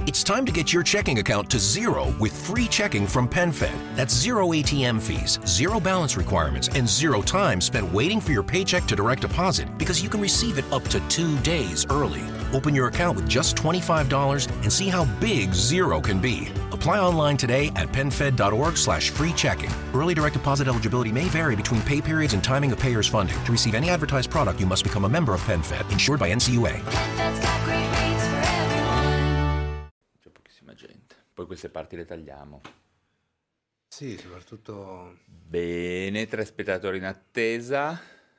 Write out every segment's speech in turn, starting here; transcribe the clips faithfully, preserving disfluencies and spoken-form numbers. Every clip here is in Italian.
It's time to get your checking account to zero with free checking from PenFed. That's zero A T M fees, zero balance requirements, and zero time spent waiting for your paycheck to direct deposit because you can receive it up to two days early. Open your account with just twenty-five dollars and see how big zero can be. Apply online today at PenFed.org slash free checking. Early direct deposit eligibility may vary between pay periods and timing of payers' funding. To receive any advertised product, you must become a member of PenFed, insured by N C U A. C'è pochissima gente. Poi queste parti le tagliamo. Sì, soprattutto... Bene, tre spettatori in attesa.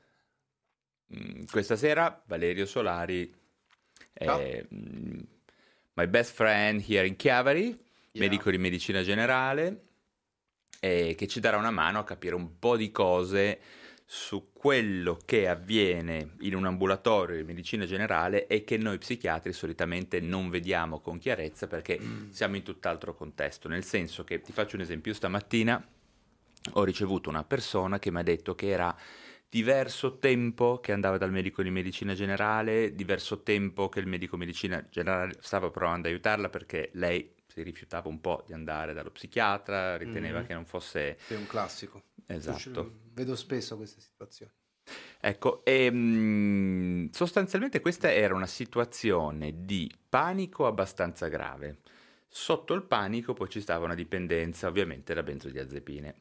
Mm, questa sera Valerio Solari, eh, mm, my best friend here in Chiavari, yeah. medico di medicina generale, eh, che ci darà una mano a capire un po' di cose su quello che avviene in un ambulatorio di medicina generale e che noi psichiatri solitamente non vediamo con chiarezza perché mm. siamo in tutt'altro contesto, nel senso che, ti faccio un esempio, stamattina ho ricevuto una persona che mi ha detto che era diverso tempo che andava dal medico di medicina generale, diverso tempo che il medico di medicina generale stava provando ad aiutarla perché lei si rifiutava un po' di andare dallo psichiatra, riteneva mm. che non fosse... È un classico. Esatto. Vedo spesso queste situazioni. Ecco, e, mh, sostanzialmente questa era una situazione di panico abbastanza grave. Sotto il panico poi ci stava una dipendenza ovviamente da benzodiazepine.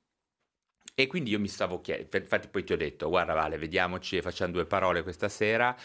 E quindi io mi stavo chiedendo, infatti poi ti ho detto, guarda Vale, vediamoci e facciamo due parole questa sera,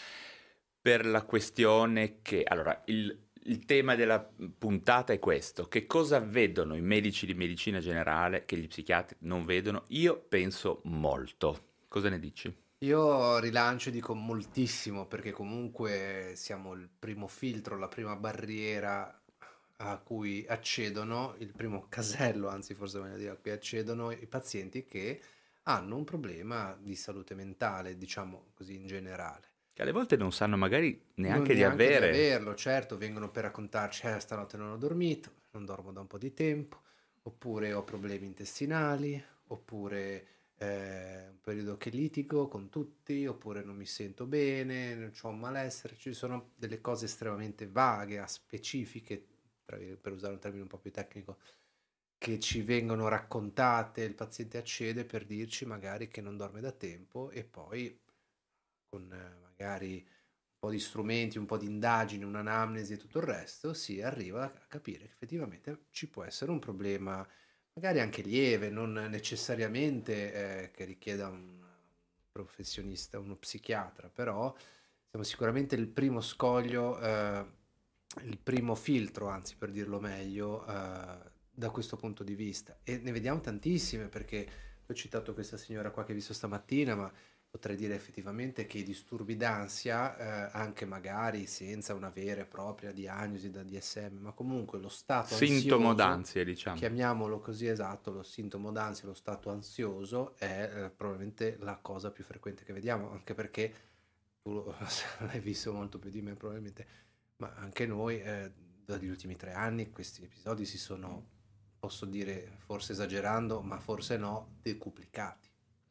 per la questione che, allora, il... Il tema della puntata è questo: che cosa vedono i medici di medicina generale che gli psichiatri non vedono? Io penso molto. Cosa ne dici? Io rilancio e dico moltissimo, perché comunque siamo il primo filtro, la prima barriera a cui accedono, il primo casello, anzi forse meglio dire, a cui accedono i pazienti che hanno un problema di salute mentale, diciamo così in generale. Che alle volte non sanno magari neanche, non di neanche avere. di averlo, certo, vengono per raccontarci, eh, stanotte non ho dormito, non dormo da un po' di tempo, oppure ho problemi intestinali, oppure eh, un periodo che litigo con tutti, oppure non mi sento bene, ho un malessere. Ci sono delle cose estremamente vaghe, specifiche, per usare un termine un po' più tecnico, che ci vengono raccontate, il paziente accede per dirci magari che non dorme da tempo e poi con eh, magari un po' di strumenti, un po' di indagini, un'anamnesi e tutto il resto, si arriva a capire che effettivamente ci può essere un problema, magari anche lieve, non necessariamente eh, che richieda un professionista, uno psichiatra, però siamo sicuramente il primo scoglio, eh, il primo filtro, anzi per dirlo meglio, eh, da questo punto di vista. E ne vediamo tantissime, perché ho citato questa signora qua che ho visto stamattina, ma potrei dire effettivamente che i disturbi d'ansia, eh, anche magari senza una vera e propria diagnosi da D S M, ma comunque lo stato sintomo ansioso, d'ansia, diciamo, chiamiamolo così, esatto, lo sintomo d'ansia, lo stato ansioso è eh, probabilmente la cosa più frequente che vediamo, anche perché tu lo, l'hai visto molto più di me probabilmente, ma anche noi eh, dagli ultimi tre anni questi episodi si sono, posso dire, forse esagerando, ma forse no, decuplicati.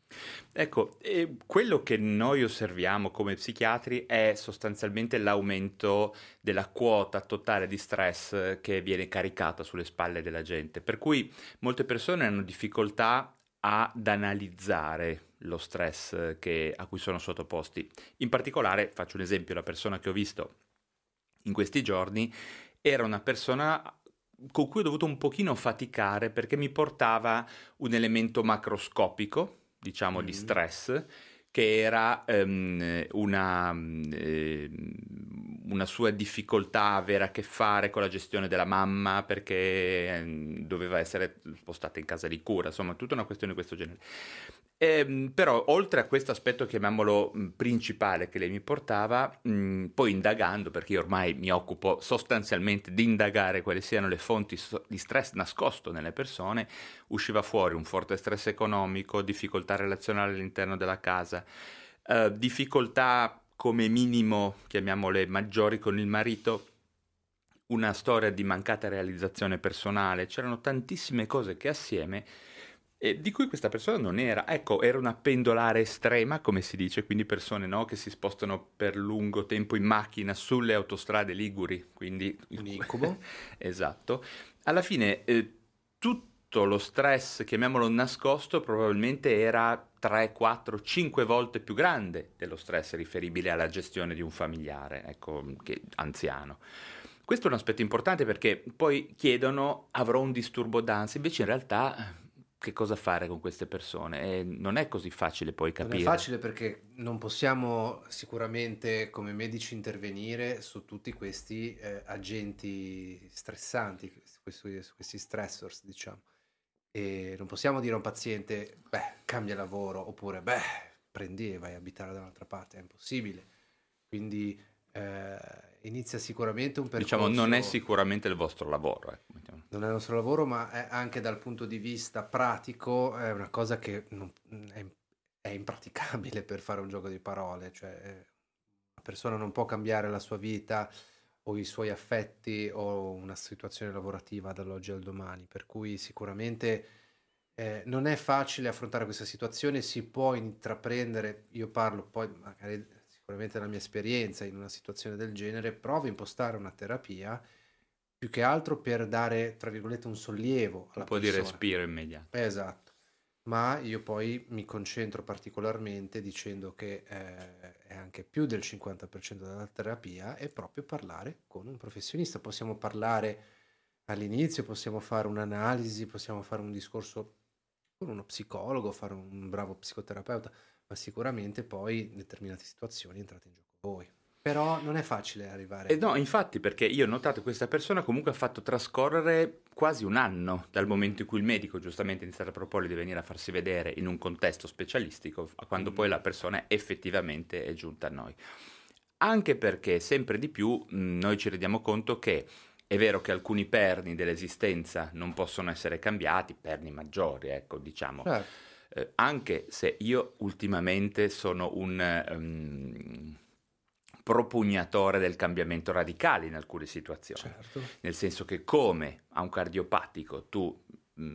Ecco, eh, quello che noi osserviamo come psichiatri è sostanzialmente l'aumento della quota totale di stress che viene caricata sulle spalle della gente, per cui molte persone hanno difficoltà ad analizzare lo stress che, a cui sono sottoposti. In particolare, faccio un esempio, la persona che ho visto in questi giorni era una persona con cui ho dovuto un pochino faticare perché mi portava un elemento macroscopico, diciamo, mm. di stress, che era um, una, eh, una sua difficoltà a avere a che fare con la gestione della mamma perché eh, doveva essere spostata in casa di cura, insomma tutta una questione di questo genere. Eh, però oltre a questo aspetto, chiamiamolo mh, principale, che lei mi portava, mh, poi indagando, perché io ormai mi occupo sostanzialmente di indagare quali siano le fonti so- di stress nascosto nelle persone, usciva fuori un forte stress economico, difficoltà relazionali all'interno della casa, eh, difficoltà come minimo, chiamiamole maggiori, con il marito, una storia di mancata realizzazione personale. C'erano tantissime cose che assieme e di cui questa persona non era, ecco, era una pendolare estrema, come si dice, quindi persone, no, che si spostano per lungo tempo in macchina sulle autostrade liguri, quindi Un incubo. esatto. Alla fine eh, tutto lo stress, chiamiamolo nascosto, probabilmente era tre, quattro, cinque volte più grande dello stress riferibile alla gestione di un familiare, ecco, che, anziano. Questo è un aspetto importante perché poi chiedono avrò un disturbo d'ansia, invece in realtà che cosa fare con queste persone? E non è così facile poi Non capire. è facile perché non possiamo sicuramente come medici intervenire su tutti questi eh, agenti stressanti, su questi, su questi stressors, diciamo. E non possiamo dire a un paziente, beh, cambia lavoro, oppure, beh, prendi e vai a abitare da un'altra parte, è impossibile. Quindi eh, inizia sicuramente un percorso... Diciamo, non è sicuramente il vostro lavoro. Ecco, mettiamo. Non è il nostro lavoro, ma è anche dal punto di vista pratico è una cosa che non- è, è impraticabile per fare un gioco di parole. Cioè, eh, una persona non può cambiare la sua vita o i suoi affetti o una situazione lavorativa dall'oggi al domani. Per cui sicuramente eh, non è facile affrontare questa situazione, si può intraprendere, io parlo poi magari sicuramente della mia esperienza in una situazione del genere, provo a impostare una terapia più che altro per dare, tra virgolette, un sollievo alla Un po' di persona. respiro immediato. Esatto, ma io poi mi concentro particolarmente dicendo che eh, è anche più del cinquanta per cento della terapia è proprio parlare con un professionista. Possiamo parlare all'inizio, possiamo fare un'analisi, possiamo fare un discorso con uno psicologo, fare un bravo psicoterapeuta, ma sicuramente poi in determinate situazioni entrate in gioco voi. Però non è facile arrivare. E no, infatti, perché io ho notato che questa persona comunque ha fatto trascorrere quasi un anno dal momento in cui il medico giustamente ha iniziato a proporgli di venire a farsi vedere in un contesto specialistico, a quando Mm. poi la persona effettivamente è giunta a noi. Anche perché sempre di più mh, noi ci rendiamo conto che è vero che alcuni perni dell'esistenza non possono essere cambiati, perni maggiori, ecco, diciamo. Certo. Eh, anche se io ultimamente sono un ehm, propugnatore del cambiamento radicale in alcune situazioni, Certo. nel senso che come a un cardiopatico tu mh,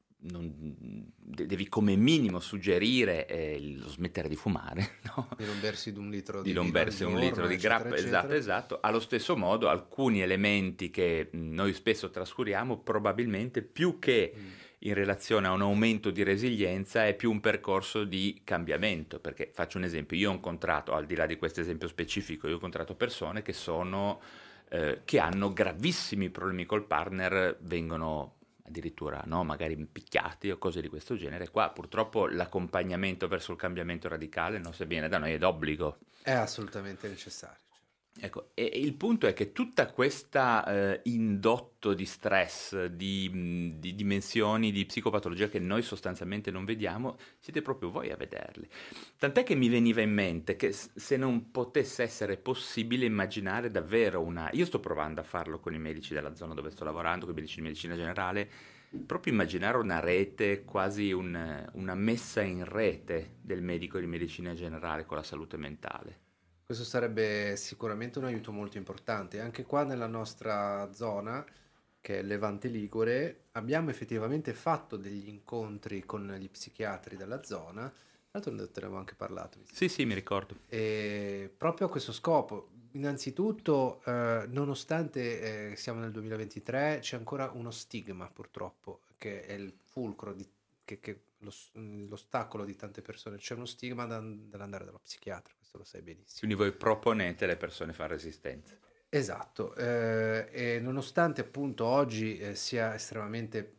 non- de- devi come minimo suggerire eh, lo smettere di fumare, no? Di non bersi di un litro di Di non vino al bersi un giorno, litro di eccetera, grappa, eccetera. esatto, esatto. Allo stesso modo, alcuni elementi che mh, noi spesso trascuriamo, probabilmente più che Mm. in relazione a un aumento di resilienza, è più un percorso di cambiamento. Perché faccio un esempio: io ho incontrato, al di là di questo esempio specifico, io ho incontrato persone che sono eh, che hanno gravissimi problemi col partner, vengono addirittura, no, magari picchiati o cose di questo genere. Qua purtroppo l'accompagnamento verso il cambiamento radicale, no, se viene da noi, è d'obbligo. È assolutamente necessario. certo. Ecco, e e il punto è che tutta questa eh, indotto di stress, di, mh, di dimensioni di psicopatologia che noi sostanzialmente non vediamo, siete proprio voi a vederli. Tant'è che mi veniva in mente che s- se non potesse essere possibile immaginare davvero una... Io sto provando a farlo con i medici della zona dove sto lavorando, con i medici di medicina generale, proprio immaginare una rete, quasi un- una messa in rete del medico di medicina generale con la salute mentale. Questo sarebbe sicuramente un aiuto molto importante. Anche qua nella nostra zona, che è Levante Ligure, abbiamo effettivamente fatto degli incontri con gli psichiatri della zona. Tra l'altro ne abbiamo anche parlato. mi Sì, sì, mi ricordo. E proprio a questo scopo, innanzitutto, eh, nonostante eh, siamo nel duemilaventitré, c'è ancora uno stigma purtroppo, che è il fulcro, di, che, che lo s- l'ostacolo di tante persone. C'è uno stigma da- dall'andare dallo psichiatra, questo lo sai benissimo. Quindi voi proponete alle persone fare resistenza. Esatto, eh, e nonostante appunto oggi eh, sia estremamente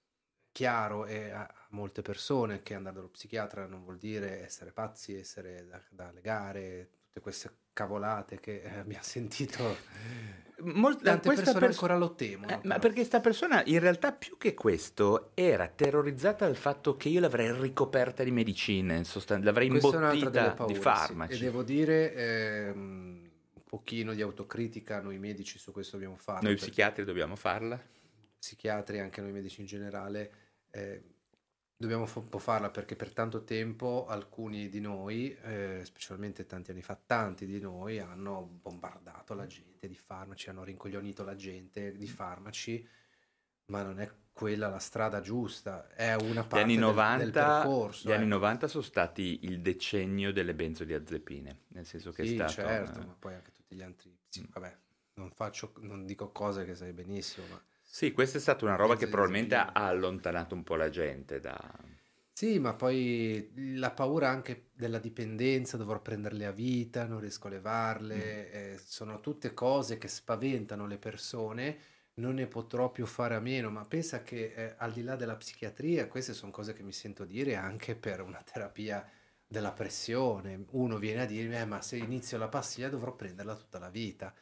chiaro e a a molte persone che andare dallo psichiatra non vuol dire essere pazzi, essere da, da legare, tutte queste cavolate che eh, abbiamo sentito. Mol- Tante questa persone perso- ancora lo temono. Eh, ma però. perché sta persona in realtà più che questo era terrorizzata dal fatto che io l'avrei ricoperta di medicine, in sostan- l'avrei Questa è un'altra delle imbottita paure, di sì. farmaci. E devo dire ehm, un pochino di autocritica noi medici su questo dobbiamo farlo. Noi perché psichiatri dobbiamo farla. psichiatri, anche noi medici in generale, eh, dobbiamo fa- un po' farla perché per tanto tempo alcuni di noi, eh, specialmente tanti anni fa, tanti di noi hanno bombardato la gente di farmaci, hanno rincoglionito la gente di farmaci, ma non è quella la strada giusta, è una Gli parte anni del, del novanta, percorso. gli anni ecco. novanta sono stati il decennio delle benzodiazepine, nel senso che è Sì, stato... certo, eh, ma poi anche tutti gli altri. Sì, mm. vabbè, non faccio, non dico cose che sai benissimo, ma Sì, questa è stata una roba che probabilmente ha benzodiazepine. ha allontanato un po' la gente da... Sì, ma poi la paura anche della dipendenza, dovrò prenderle a vita, non riesco a Mm. levarle, eh, sono tutte cose che spaventano le persone, non ne potrò più fare a meno, ma pensa che eh, al di là della psichiatria, queste sono cose che mi sento dire anche per una terapia della pressione. Uno viene a dirmi, eh, ma se inizio la pastiglia dovrò prenderla tutta la vita.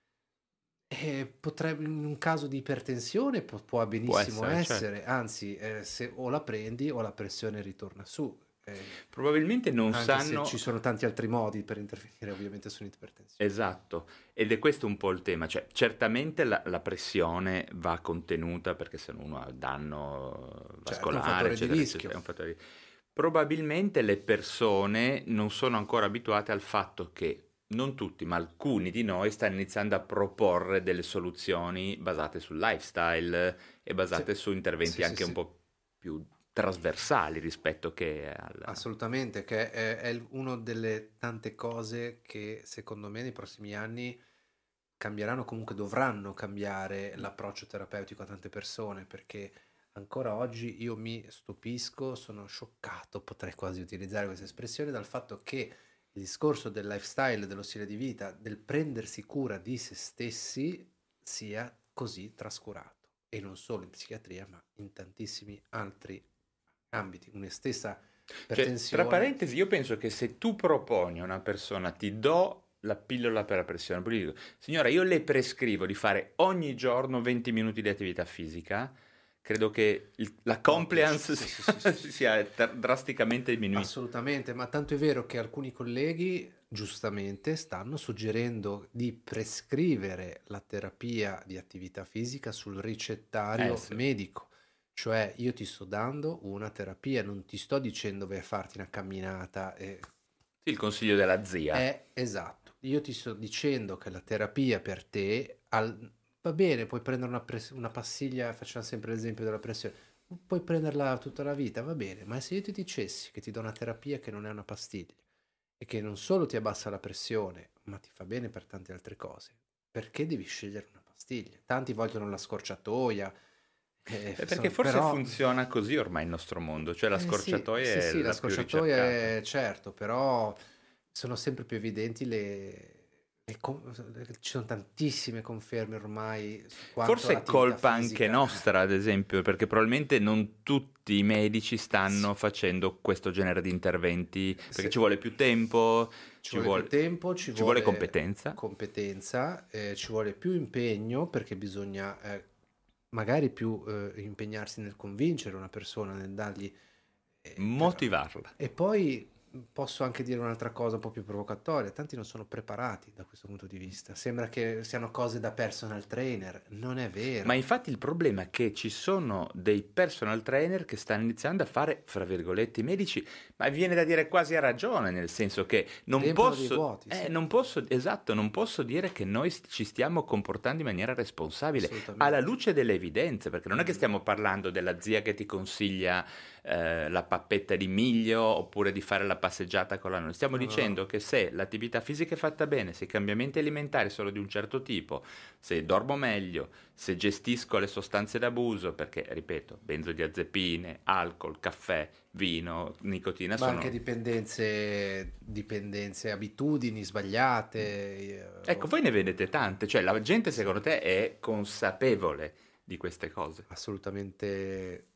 E potrebbe, in un caso di ipertensione può, può Può benissimo essere, certo. essere, anzi, eh, se o la prendi o la pressione ritorna su. eh, Probabilmente non anche se ci sanno... sono tanti altri modi per intervenire ovviamente sull'ipertensione. Esatto, ed è questo un po' il tema, cioè certamente la, la pressione va contenuta perché se no uno ha danno Certo, è un vascolare, fattore di eccetera, rischio. eccetera, è un fattore di... Probabilmente le persone non sono ancora abituate al fatto che non tutti, ma alcuni di noi stanno iniziando a proporre delle soluzioni basate sul lifestyle e basate Sì, su interventi sì, sì, anche un sì, po' più trasversali rispetto che al... assolutamente, che è, è il- una delle tante cose che secondo me nei prossimi anni cambieranno, comunque dovranno cambiare l'approccio terapeutico a tante persone, perché ancora oggi io mi stupisco, sono scioccato, potrei quasi utilizzare questa espressione, dal fatto che il discorso del lifestyle, dello stile di vita, del prendersi cura di se stessi sia così trascurato. E non solo in psichiatria, ma in tantissimi altri ambiti. Una stessa Cioè, tra ipertensione. parentesi, io penso che se tu proponi a una persona, ti do la pillola per la pressione, poi gli dico, signora, io le prescrivo di fare ogni giorno venti minuti di attività fisica, credo che il- la No, ti esce- compliance sì, sì, sì, sia, sì, sì, sì. sia tra- drasticamente diminuita. Assolutamente, ma tanto è vero che alcuni colleghi giustamente stanno suggerendo di prescrivere la terapia di attività fisica sul Eh ricettario sì. medico. Cioè io ti sto dando una terapia, non ti sto dicendo vai a farti una camminata. e- Sì, il consiglio della zia. È esatto. Io ti sto dicendo che la terapia per te al- va bene, puoi prendere una, pres- una pastiglia, facciamo sempre l'esempio della pressione, puoi prenderla tutta la vita, va bene, ma se io ti dicessi che ti do una terapia che non è una pastiglia e che non solo ti abbassa la pressione, ma ti fa bene per tante altre cose, perché devi scegliere una pastiglia? Tanti vogliono la scorciatoia, eh, Eh, perché sono- forse però funziona così ormai il nostro mondo, cioè la eh sì, scorciatoia sì, è sì, la la più scorciatoia ricercata. è certo, però sono sempre più evidenti le... le con- ci sono tantissime conferme ormai su quanto Forse è l'attività colpa anche fisica... nostra, ad esempio, perché probabilmente non tutti i medici Sì, stanno facendo questo genere di interventi, perché ci se- vuole più tempo, ci ci vuole più vuole, tempo, ci ci vuole vuole competenza. competenza, eh, ci vuole più impegno perché bisogna eh, magari più eh, impegnarsi nel convincere una persona, nel dargli... eh, per- Motivarla. E poi posso anche dire un'altra cosa un po' più provocatoria, tanti non sono preparati da questo punto di vista, sembra che siano cose da personal trainer, non è Ma vero. infatti il problema è che ci sono dei personal trainer che stanno iniziando a fare, fra virgolette, i medici, ma viene da dire quasi a ragione, nel senso che non Riempiono dei posso, vuoti, eh, sì, non posso, esatto, non posso dire che noi st- ci stiamo comportando in maniera responsabile, alla assolutamente. luce delle evidenze, perché non è che Mm. stiamo parlando della zia che ti consiglia eh, la pappetta di miglio oppure di fare la passeggiata con la nonna. Stiamo No, no, dicendo no. che se l'attività fisica è fatta bene, se i cambiamenti alimentari sono di un certo tipo, se dormo meglio, se gestisco le sostanze d'abuso, perché, ripeto, benzodiazepine, alcol, caffè, vino, nicotina Ma anche sono... dipendenze, dipendenze, abitudini sbagliate. eh, Ecco, o- voi ne vedete tante, cioè la gente sì, secondo te è consapevole di queste cose? assolutamente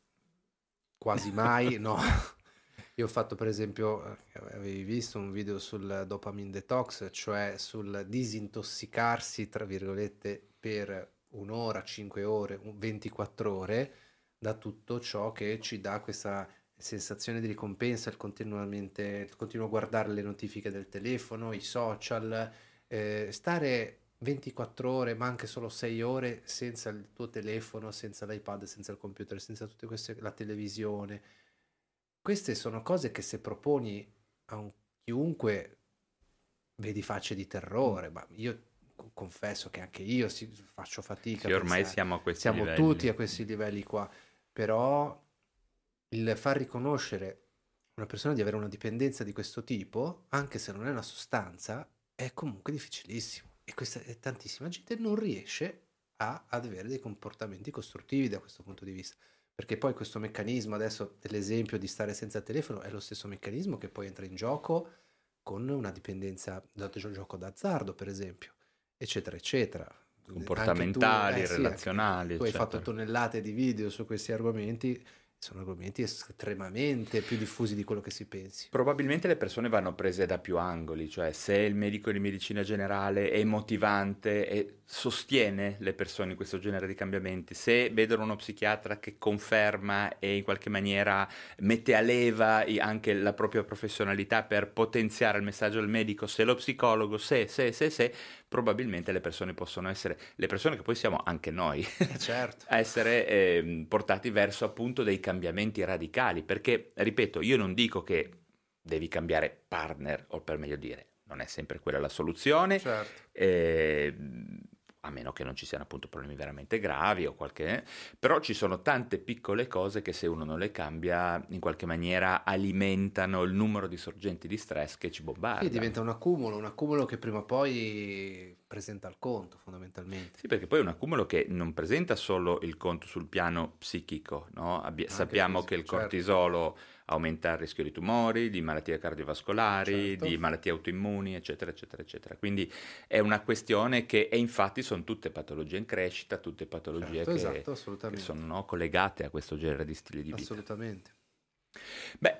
quasi mai, no. Io ho fatto per esempio, eh, avevi visto un video sul dopamine detox, cioè sul disintossicarsi, tra virgolette, per un'ora, cinque ore, un- ventiquattro ore da tutto ciò che ci dà questa sensazione di ricompensa, il continuamente, il continuo guardare le notifiche del telefono, i social, eh, stare ventiquattro ore, ma anche solo sei ore senza il tuo telefono, senza l'iPad, senza il computer, senza tutte queste, la televisione. Queste sono cose che se proponi a un chiunque vedi facce di Mm. terrore, ma io co- confesso che anche io si- faccio fatica Sì, a ormai pensare. siamo a questi Siamo livelli. tutti a questi livelli qua, però il far riconoscere una persona di avere una dipendenza di questo tipo, anche se non è una sostanza, è comunque difficilissimo. E questa, e tantissima gente non riesce a, ad avere dei comportamenti costruttivi da questo punto di vista. Perché poi questo meccanismo adesso dell'esempio di stare senza telefono è lo stesso meccanismo che poi entra in gioco con una dipendenza da gio- gioco d'azzardo, per esempio, eccetera, eccetera. Anche tu, Comportamentali, eh sì, anche relazionali, tu hai fatto eccetera. tonnellate di video su questi argomenti, sono argomenti estremamente più diffusi di quello che si pensi. Probabilmente le persone vanno prese da più angoli, cioè se il medico di medicina generale è motivante e sostiene le persone in questo genere di cambiamenti, se vedono uno psichiatra che conferma e in qualche maniera mette a leva i- anche la propria professionalità per potenziare il messaggio del medico, se lo psicologo, se, se, se, se, probabilmente le persone possono essere, le persone che poi siamo anche noi, Eh certo. a essere eh, portati verso appunto dei cambiamenti radicali, perché, ripeto, io non dico che devi cambiare partner, o per meglio dire, non è sempre quella la soluzione, Certo. eh, a meno che non ci siano appunto problemi veramente gravi o qualche... però ci sono tante piccole cose che se uno non le cambia in qualche maniera alimentano il numero di sorgenti di stress che ci Sì, bombardano. diventa un accumulo, un accumulo che prima o poi presenta il conto, fondamentalmente. Sì, perché poi è un accumulo che non presenta solo il conto sul piano psichico, no? Abbi- Anche sappiamo fisico, che il certo. cortisolo aumenta il rischio di tumori, di malattie cardiovascolari, Certo. di malattie autoimmuni, eccetera, eccetera, eccetera. Quindi è una questione che, e infatti sono tutte patologie in crescita, tutte patologie Certo, che, esatto, che assolutamente. sono, no, collegate a questo genere di stile di vita. Assolutamente. Beh,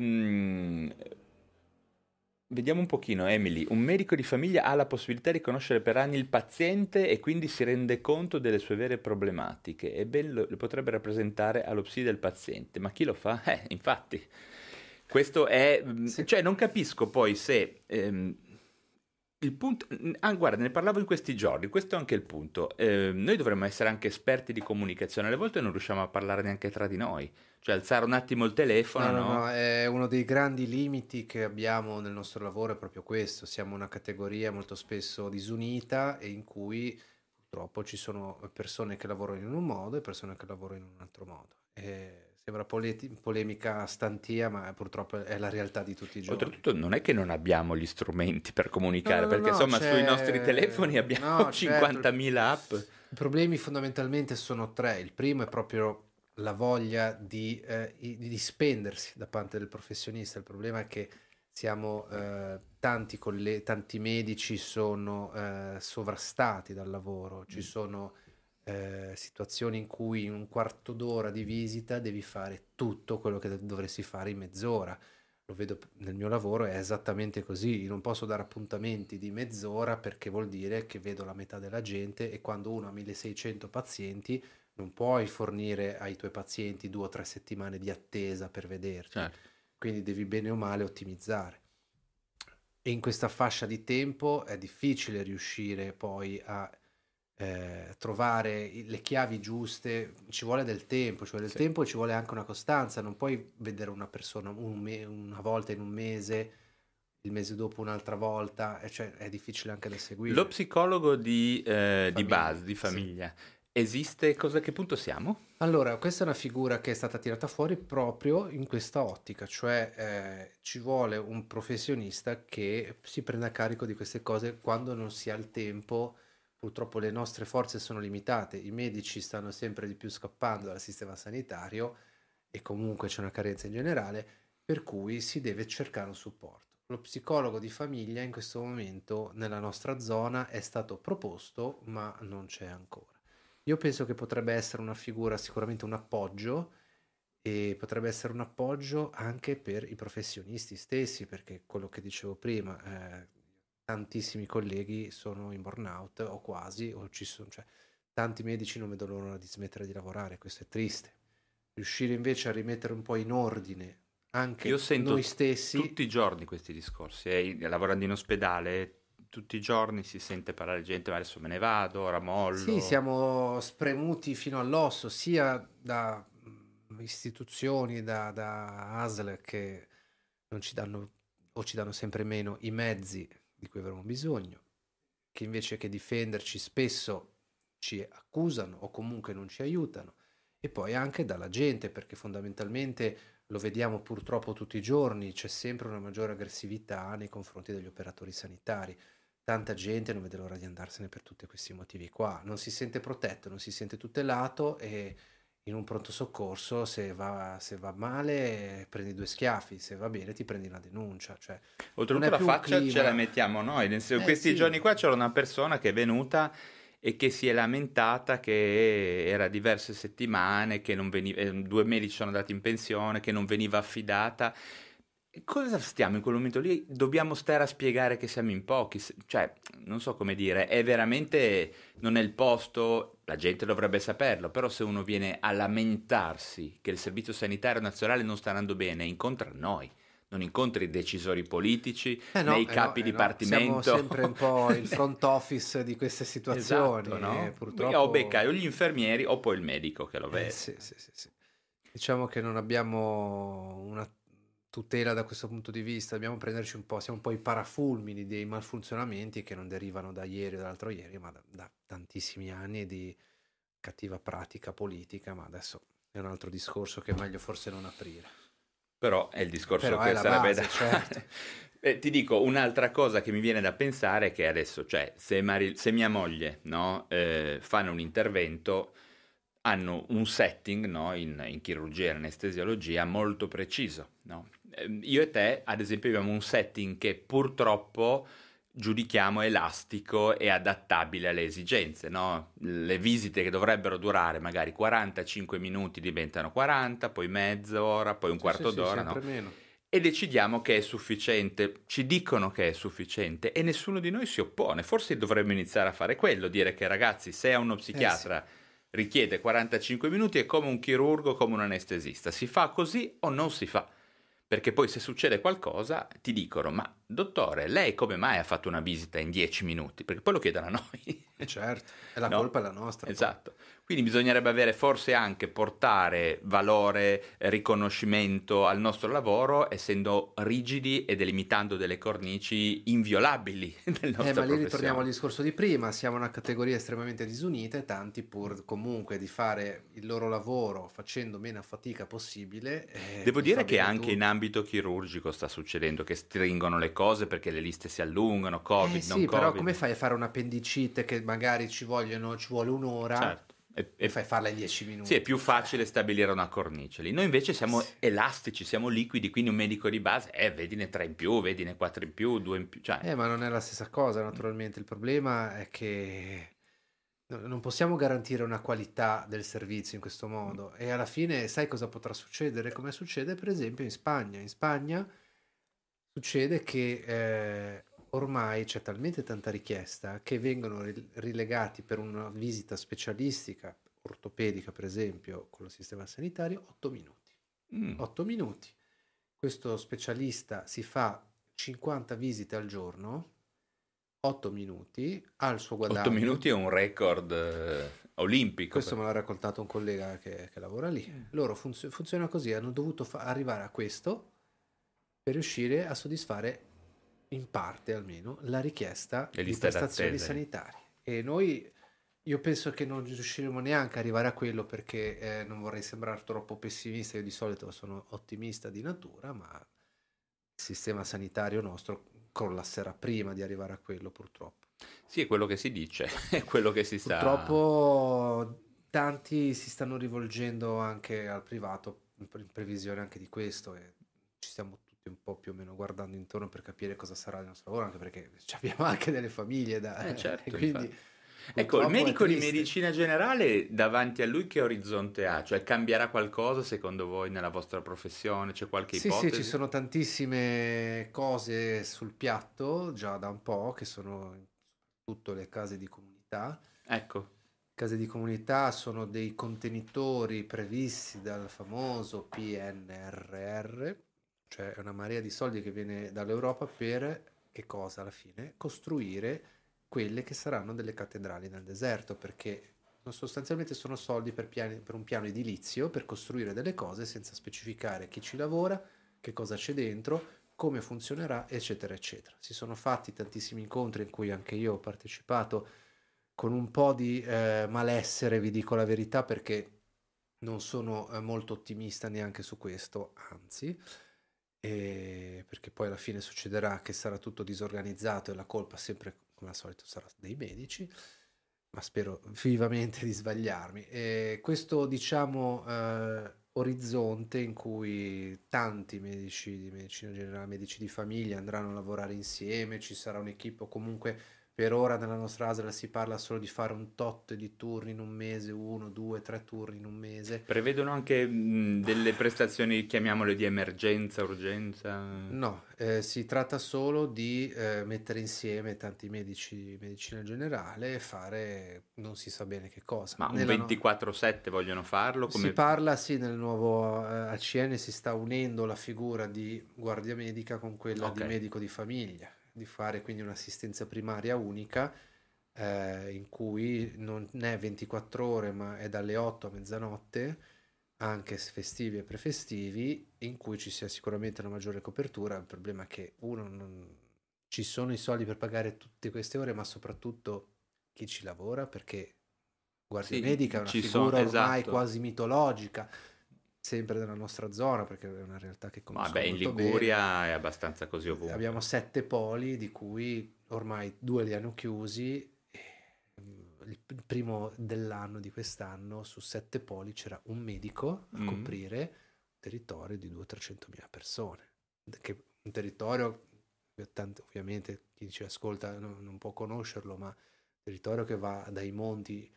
ehm, vediamo un pochino, Emily. Un medico di famiglia ha la possibilità di conoscere per anni il paziente e quindi si rende conto delle sue vere problematiche e ben lo, le potrebbe rappresentare allo psi del paziente. Ma chi lo fa? Eh, infatti. Questo è... mm, Sì. Cioè, non capisco poi se... ehm, il punto... Ah, guarda, ne parlavo in questi giorni, questo è anche il punto. Eh, noi dovremmo essere anche esperti di comunicazione, alle volte non riusciamo a parlare neanche tra di noi. Cioè, alzare un attimo il telefono, No, no, no? no, è uno dei grandi limiti che abbiamo nel nostro lavoro è proprio questo. Siamo una categoria molto spesso disunita e in cui purtroppo ci sono persone che lavorano in un modo e persone che lavorano in un altro modo. E sembra poleti- polemica stantia, ma purtroppo è la realtà di tutti i giorni. Oltretutto non è che non abbiamo gli strumenti per comunicare, No, no, perché no, insomma sui c'è- nostri telefoni abbiamo no, certo. cinquantamila app. I problemi fondamentalmente sono tre. Il primo è proprio la voglia di, eh, i- di spendersi da parte del professionista. Il problema è che siamo eh, tanti, colle- tanti medici sono eh, sovrastati dal lavoro. Ci Mm. sono eh, situazioni in cui in un quarto d'ora di visita devi fare tutto quello che dovresti fare in mezz'ora. Lo vedo p- nel mio lavoro, è esattamente così. Io non posso dare appuntamenti di mezz'ora perché vuol dire che vedo la metà della gente e quando uno ha milleseicento pazienti non puoi fornire ai tuoi pazienti due o tre settimane di attesa per vederti. Certo. Quindi devi bene o male ottimizzare. E in questa fascia di tempo è difficile riuscire poi a eh, trovare i- le chiavi giuste, ci vuole del tempo, ci vuole del Sì. tempo e ci vuole anche una costanza, non puoi vedere una persona un me- una volta in un mese, il mese dopo un'altra volta, e cioè è difficile anche da seguire. Lo psicologo di, eh, di Famiglia, base, di sì. famiglia, esiste? Cosa, a che punto siamo? Allora, questa è una figura che è stata tirata fuori proprio in questa ottica, cioè eh, ci vuole un professionista che si prenda carico di queste cose quando non si ha il tempo. Purtroppo le nostre forze sono limitate, i medici stanno sempre di più scappando dal sistema sanitario e comunque c'è una carenza in generale, per cui si deve cercare un supporto. Lo psicologo di famiglia in questo momento nella nostra zona è stato proposto, ma non c'è ancora. Io penso che potrebbe essere una figura, sicuramente un appoggio, e potrebbe essere un appoggio anche per i professionisti stessi, perché quello che dicevo prima, eh, tantissimi colleghi sono in burnout o quasi, o ci sono, cioè, tanti medici non vedono l'ora di smettere di lavorare, questo è triste. Riuscire invece a rimettere un po' in ordine anche Io sento noi stessi. tutti i giorni questi discorsi, eh, lavorando in ospedale, tutti i giorni si sente parlare gente, ma adesso me ne vado, ora mollo. Sì, siamo spremuti fino all'osso, sia da mm, istituzioni, da, da A S L che non ci danno o ci danno sempre meno i mezzi di cui avremo bisogno, che invece che difenderci spesso ci accusano o comunque non ci aiutano, e poi anche dalla gente, perché fondamentalmente lo vediamo purtroppo tutti i giorni, c'è sempre una maggiore aggressività nei confronti degli operatori sanitari. Tanta gente non vede l'ora di andarsene per tutti questi motivi qua, non si sente protetto, non si sente tutelato, e in un pronto soccorso se va, se va male prendi due schiaffi, se va bene ti prendi una denuncia, cioè non Oltretutto è la più un faccia ce la clima. mettiamo noi, nel senso, Eh questi sì, giorni qua c'era una persona che è venuta e che si è lamentata che era diverse settimane, che non veniva, eh, due medici sono andati in pensione, che non veniva affidata. E cosa stiamo in quel momento lì? Dobbiamo stare a spiegare che siamo in pochi? Se- Cioè, non so come dire, è veramente, non è il posto, la gente dovrebbe saperlo, però se uno viene a lamentarsi che il Servizio Sanitario Nazionale non sta andando bene, incontra noi, non incontra i decisori politici, eh né no, i eh no, capi eh no, siamo sempre un dipartimento. po' il front office di queste Esatto, situazioni, e no? O becca purtroppo. o gli infermieri o poi il medico che lo Eh vede. sì, sì, sì, sì. Diciamo che non abbiamo una tutela da questo punto di vista, dobbiamo prenderci un po', siamo un po' i parafulmini dei malfunzionamenti che non derivano da ieri o dall'altro ieri, ma da, da tantissimi anni di cattiva pratica politica, ma adesso è un altro discorso che è meglio forse non aprire. Però è il discorso Però è che la sarebbe da base, certo. fare. Eh, ti dico, un'altra cosa che mi viene da pensare è che adesso, cioè, se, Mari- se mia moglie, no, eh, fanno un intervento, hanno un setting, no, in, in chirurgia e in anestesiologia molto preciso, no? Eh, io e te, ad esempio, abbiamo un setting che purtroppo giudichiamo elastico e adattabile alle esigenze, no? Le visite che dovrebbero durare magari quarantacinque minuti diventano quaranta, poi mezz'ora, poi un Sì, sì, quarto sì, d'ora, sempre no? meno. E decidiamo che è sufficiente, ci dicono che è sufficiente e nessuno di noi si oppone. Forse dovremmo iniziare a fare quello, dire che ragazzi, se a uno Eh sì. psichiatra richiede quarantacinque minuti è come un chirurgo, come un anestesista, si fa così o non si fa? Perché poi se succede qualcosa ti dicono, ma dottore, lei come mai ha fatto una visita in dieci minuti? Perché poi lo chiedono a noi. Eh certo, e la No? colpa è la nostra poi. Esatto. Quindi bisognerebbe avere forse anche portare valore, eh, riconoscimento al nostro lavoro, essendo rigidi e delimitando delle cornici inviolabili del Eh, nostra ma lì ritorniamo al professione. discorso di prima, siamo una categoria estremamente disunita e tanti pur comunque di fare il loro lavoro facendo meno fatica possibile. Eh, Devo chi fa dire che bene anche in tutto. ambito chirurgico sta succedendo che stringono le cose perché le liste si allungano, Eh Covid, non sì, però come Covid. fai a fare un'appendicite che magari ci vogliono, ci vuole un'ora Certo. E, e e- fai farla in dieci sì, è minuti? più Cioè, facile stabilire una cornice lì. Noi invece siamo sì. elastici, siamo liquidi, quindi un medico di base, eh, vedine tre in più, vedine quattro in più, due in più, cioè. Eh, ma non è la stessa cosa, naturalmente. Il problema è che no- non possiamo garantire una qualità del servizio in questo modo. E alla fine, sai cosa potrà succedere? Come succede, per esempio, in Spagna. In Spagna succede che eh, ormai c'è talmente tanta richiesta che vengono ri- rilegati per una visita specialistica, ortopedica, per esempio, con il sistema sanitario, otto minuti. Mm. otto minuti. Questo specialista si fa cinquanta visite al giorno, otto minuti, ha il suo guadagno. otto minuti è un record eh, olimpico. Questo me l'ha raccontato un collega che, che lavora lì. Loro funzio- funziona così, hanno dovuto fa- arrivare a questo per riuscire a soddisfare in parte almeno la richiesta Le di liste prestazioni d'attesa. sanitarie. E noi, io penso che non riusciremo neanche ad arrivare a quello perché eh, non vorrei sembrare troppo pessimista, io di solito sono ottimista di natura, ma il sistema sanitario nostro collasserà prima di arrivare a quello, purtroppo. Sì, è quello che si dice, è quello che si sta... Purtroppo tanti si stanno rivolgendo anche al privato in pre- in previsione anche di questo e ci stiamo tutti un po' più o meno guardando intorno per capire cosa sarà il nostro lavoro, anche perché ci abbiamo anche delle famiglie da... Eh, certo, e quindi infatti. Ecco, il purtroppo è medico di triste. medicina generale davanti a lui che orizzonte ha? Cioè cambierà qualcosa secondo voi nella vostra professione? C'è qualche Sì, ipotesi? sì, ci sono tantissime cose sul piatto già da un po', che sono soprattutto le case di comunità. Ecco, Case di comunità sono dei contenitori previsti dal famoso P N R R, cioè è una marea di soldi che viene dall'Europa per che cosa alla fine? Costruire quelle che saranno delle cattedrali nel deserto, perché sostanzialmente sono soldi per, piani, per un piano edilizio per costruire delle cose senza specificare chi ci lavora, che cosa c'è dentro, come funzionerà, eccetera, eccetera. Si sono fatti tantissimi incontri in cui anche io ho partecipato con un po' di eh, malessere, vi dico la verità, perché non sono eh, molto ottimista neanche su questo, anzi, e perché poi alla fine succederà che sarà tutto disorganizzato e la colpa sempre, come al solito, sarà dei medici, ma spero vivamente di sbagliarmi. E questo, diciamo, eh, orizzonte in cui tanti medici di medicina generale, medici di famiglia andranno a lavorare insieme, ci sarà un'equipe o comunque... Per ora nella nostra A S L si parla solo di fare un tot di turni in un mese, uno, due, tre turni in un mese. Prevedono anche mh, delle prestazioni, chiamiamole di emergenza, urgenza? No, eh, si tratta solo di eh, mettere insieme tanti medici di medicina generale e fare non si sa bene che cosa. Ma un Nella no- ventiquattro sette vogliono farlo? Come... Si parla, sì, nel nuovo eh, A C N si sta unendo la figura di guardia medica con quella Ok. di medico di famiglia, di fare quindi un'assistenza primaria unica eh, in cui non è ventiquattro ore ma è dalle otto a mezzanotte, anche festivi e prefestivi, in cui ci sia sicuramente una maggiore copertura. Il problema è che uno non ci sono i soldi per pagare tutte queste ore, ma soprattutto chi ci lavora, perché guardia Sì, medica è una ci figura sono- ormai esatto. quasi mitologica, sempre nella nostra zona, perché è una realtà che conosco Vabbè, in molto Liguria bene. è abbastanza così ovunque. Abbiamo sette poli, di cui ormai due li hanno chiusi. e, mm, Il il primo dell'anno di quest'anno, su sette poli c'era un medico a Mm. coprire un territorio di duecento trecentomila persone. Che un territorio, che tanto, ovviamente chi ci ascolta no- non può conoscerlo, ma un territorio che va dai monti,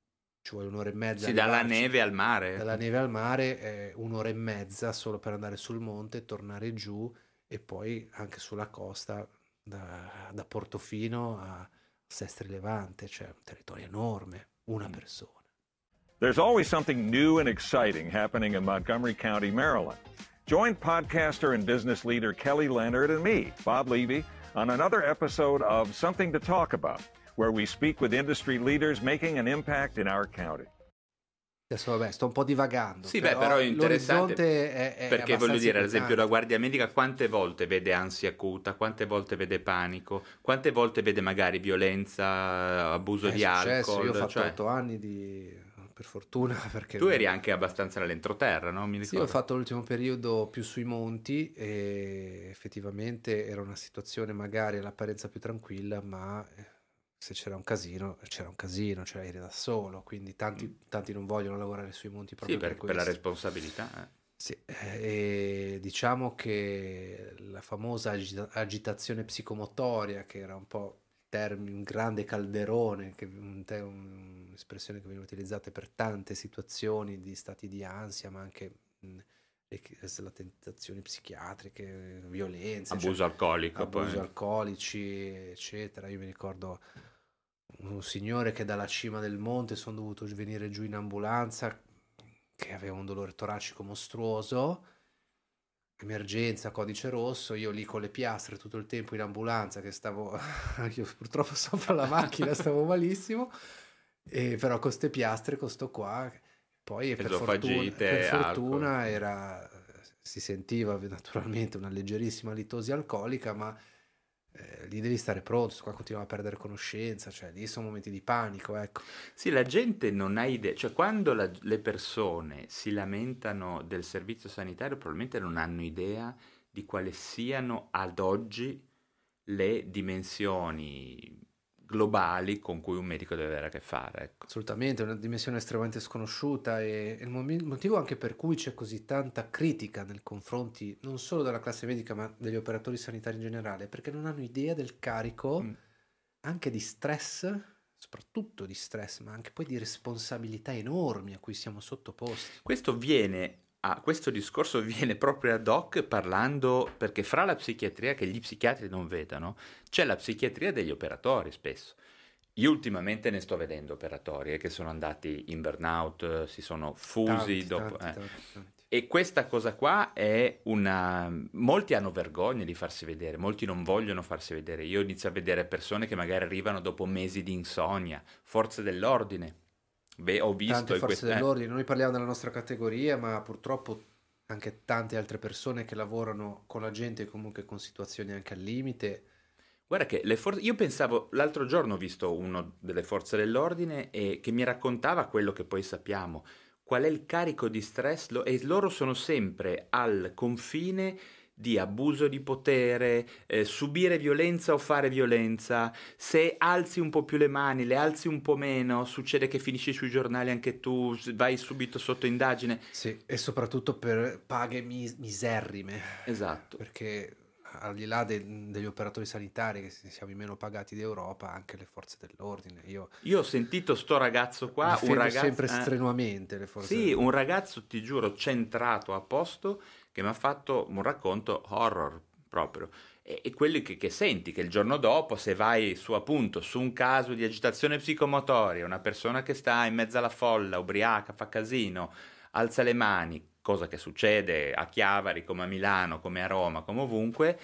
ci vuole un'ora e mezza. Sì, dalla arrivarci. neve al mare. Dalla neve al mare è un'ora e mezza solo per andare sul monte, tornare giù, e poi anche sulla costa da, da Portofino a Sestri Levante, cioè un territorio enorme, una persona. There's always something new and exciting happening in Montgomery County, Maryland. Join podcaster and business leader Kelly Leonard and me, Bob Levy, on another episode of Something to Talk About, where we speak with industry leaders making an impact in our county. Adesso vabbè, sto un po' divagando. Sì, beh, però è interessante l'orizzonte è, è perché voglio abbastanza dire, ad esempio, la inquietante. guardia medica quante volte vede ansia acuta, quante volte vede panico, quante volte vede magari violenza, abuso È di successo, alcol. io ho fatto cioè, otto anni di... per fortuna, perché... tu eri anche abbastanza nell'entroterra, no? Mi Sì, ricordo. ho fatto l'ultimo periodo più sui monti e effettivamente era una situazione magari all'apparenza più tranquilla, ma eh, se c'era un casino, c'era un casino, cioè eri da solo, quindi tanti, tanti non vogliono lavorare sui monti proprio Sì, per, per per la questo. responsabilità. eh. Sì, eh, e diciamo che la famosa agita- agitazione psicomotoria, che era un po' il termine, un grande calderone, che un te- un'espressione che viene utilizzata per tante situazioni di stati di ansia, ma anche mh, le, le tentazioni psichiatriche, violenze, Abuso cioè, alcolico. abusi poi. alcolici, eccetera. Io mi ricordo un signore che dalla cima del monte sono dovuto venire giù in ambulanza, che aveva un dolore toracico mostruoso, emergenza, codice rosso, io lì con le piastre tutto il tempo in ambulanza, che stavo, io purtroppo sopra la macchina stavo malissimo, e però con ste piastre, con sto qua, poi per fortuna, Esofagite, per fortuna alcol. era, si sentiva naturalmente una leggerissima litosi alcolica, ma eh, lì devi stare pronto, qua continuava a perdere conoscenza, cioè lì sono momenti di panico, ecco. Sì, la gente non ha idea, cioè quando la- le persone si lamentano del servizio sanitario probabilmente non hanno idea di quali siano ad oggi le dimensioni globali con cui un medico deve avere a che fare. Ecco. Assolutamente, è una dimensione estremamente sconosciuta e è il mo- motivo anche per cui c'è così tanta critica nei confronti non solo della classe medica ma degli operatori sanitari in generale, perché non hanno idea del carico Mm. anche di stress, soprattutto di stress, ma anche poi di responsabilità enormi a cui siamo sottoposti. Questo viene a questo discorso viene proprio ad hoc parlando perché fra la psichiatria che gli psichiatri non vedono c'è la psichiatria degli operatori spesso. Io ultimamente ne sto vedendo operatori eh, che sono andati in burnout, si sono fusi Tanti, dopo tanti, eh. tanti, tanti. E questa cosa qua è una... molti hanno vergogna di farsi vedere, molti non vogliono farsi vedere. Io inizio a vedere persone che magari arrivano dopo mesi di insonnia, forze dell'ordine. Beh, ho visto Tante in forze queste- eh. dell'ordine, noi parliamo della nostra categoria, ma purtroppo anche tante altre persone che lavorano con la gente comunque con situazioni anche al limite. Guarda che le forze, io pensavo, l'altro giorno ho visto uno delle forze dell'ordine e che mi raccontava quello che poi sappiamo, qual è il carico di stress, lo- e loro sono sempre al confine di abuso di potere, eh, subire violenza o fare violenza. Se alzi un po' più le mani, le alzi un po' meno, succede che finisci sui giornali anche tu, s- vai subito sotto indagine. Sì, e soprattutto per paghe mis- miserrime, Esatto. perché al di là de- degli operatori sanitari, che siamo i meno pagati d'Europa, anche le forze dell'ordine. Io Io ho sentito sto ragazzo qua, un difendo ragazzo... sempre eh, strenuamente le forze Sì, dell'ordine. un ragazzo, ti giuro, centrato a posto, che mi ha fatto un racconto horror proprio. E, e quelli che, che senti, che il giorno dopo, se vai su appunto su un caso di agitazione psicomotoria, una persona che sta in mezzo alla folla, ubriaca, fa casino, alza le mani, cosa che succede a Chiavari, come a Milano, come a Roma, come ovunque,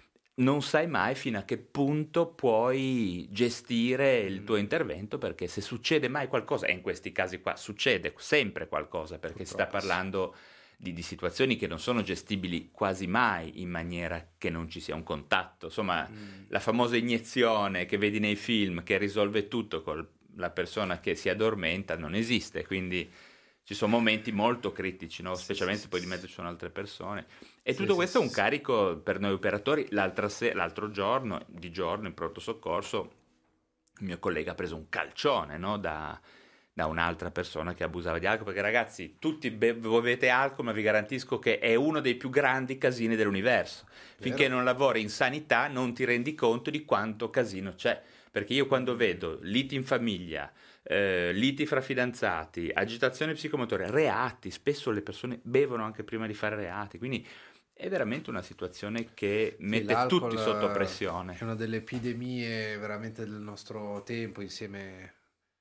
non sai mai fino a che punto puoi gestire il tuo intervento, perché se succede mai qualcosa, e in questi casi qua succede sempre qualcosa, perché si sta Purtroppo sì. parlando di, di situazioni che non sono gestibili quasi mai in maniera che non ci sia un contatto. Insomma, Mm. la famosa iniezione che vedi nei film che risolve tutto con la persona che si addormenta non esiste, quindi ci sono momenti molto critici, no? Sì, Specialmente sì, poi sì, di mezzo sì. ci sono altre persone. E Sì, tutto sì, questo è sì, un sì. carico per noi operatori. L'altra se- l'altro giorno, di giorno, in pronto soccorso, il mio collega ha preso un calcione, no? da, da un'altra persona che abusava di alcol, perché ragazzi, tutti be- bevete alcol, ma vi garantisco che è uno dei più grandi casini dell'universo. Finché Vero? non lavori in sanità non ti rendi conto di quanto casino c'è. Perché io quando Mm. vedo liti in famiglia, eh, liti fra fidanzati, agitazione psicomotoria, reati, spesso le persone bevono anche prima di fare reati, quindi è veramente una situazione che Sì, mette tutti l'alcol sotto eh, pressione. è una delle epidemie veramente del nostro tempo, insieme,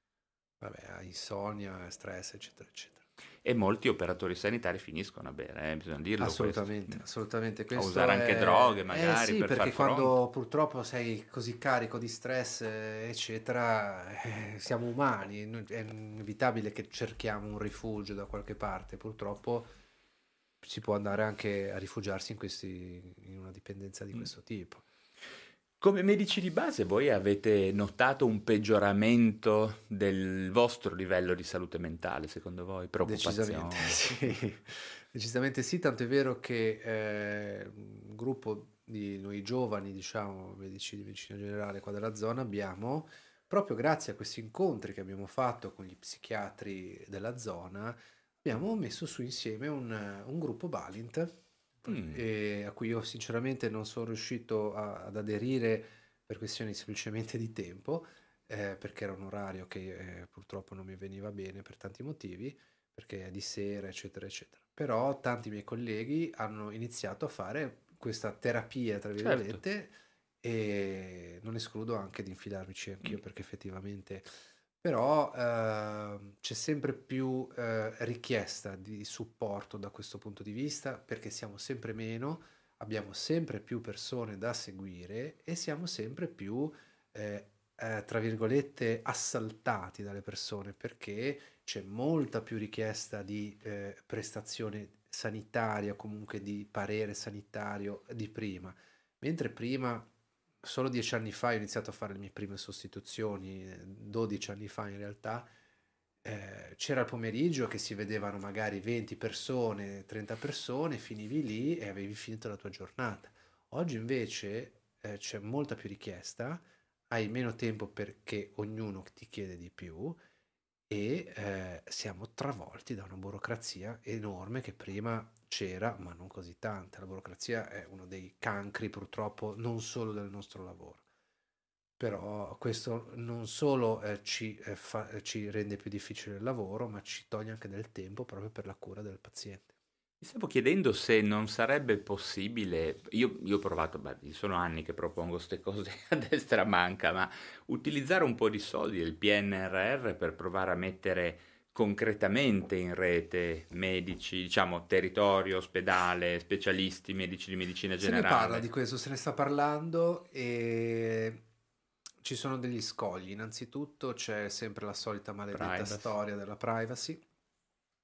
vabbè, a insonnia, stress, eccetera, eccetera. E molti operatori sanitari finiscono a bere, eh, bisogna dirlo Assolutamente, questo. assolutamente. A Questo usare anche è... droghe Eh magari sì, per far perché fronte. quando purtroppo sei così carico di stress, eh, eccetera, eh, siamo umani, noi- è inevitabile che cerchiamo un rifugio da qualche parte. Purtroppo si può andare anche a rifugiarsi in questi, in una dipendenza di Mm. questo tipo. Come medici di base, voi avete notato un peggioramento del vostro livello di salute mentale, secondo voi? Decisamente Preoccupazioni? sì, decisamente sì, tanto è vero che eh, un gruppo di noi giovani, diciamo, medici di medicina generale qua della zona, abbiamo, proprio grazie a questi incontri che abbiamo fatto con gli psichiatri della zona, abbiamo messo su insieme un, un gruppo Balint, Mm. e a cui io sinceramente non sono riuscito a- ad aderire per questioni semplicemente di tempo, eh, perché era un orario che eh, purtroppo non mi veniva bene per tanti motivi, perché è di sera, eccetera, eccetera. Però tanti miei colleghi hanno iniziato a fare questa terapia, tra Certo. virgolette, e non escludo anche di infilarmici anch'io, Mm. perché effettivamente... Però ehm, c'è sempre più eh, richiesta di supporto da questo punto di vista, perché siamo sempre meno, abbiamo sempre più persone da seguire e siamo sempre più, eh, eh, tra virgolette, assaltati dalle persone, perché c'è molta più richiesta di eh, prestazione sanitaria, comunque di parere sanitario di prima. Mentre prima, solo dieci anni fa, ho iniziato a fare le mie prime sostituzioni, eh, dodici anni fa in realtà, eh, c'era il pomeriggio che si vedevano magari venti persone, trenta persone, finivi lì e avevi finito la tua giornata. Oggi invece eh, c'è molta più richiesta, hai meno tempo perché ognuno ti chiede di più e eh, siamo travolti da una burocrazia enorme che prima c'era, ma non così tanta. La burocrazia è uno dei cancri purtroppo non solo del nostro lavoro, però questo non solo eh, ci, eh, fa- eh, ci rende più difficile il lavoro, ma ci toglie anche del tempo proprio per la cura del paziente. Mi stavo chiedendo se non sarebbe possibile, io, io ho provato, beh, sono anni che propongo queste cose a destra manca, ma utilizzare un po' di soldi del P N R R per provare a mettere concretamente in rete medici, diciamo territorio, ospedale, specialisti, medici di medicina Se ne parla generale. di questo, se ne sta parlando e ci sono degli scogli. Innanzitutto c'è sempre la solita maledetta Privacy. storia della privacy,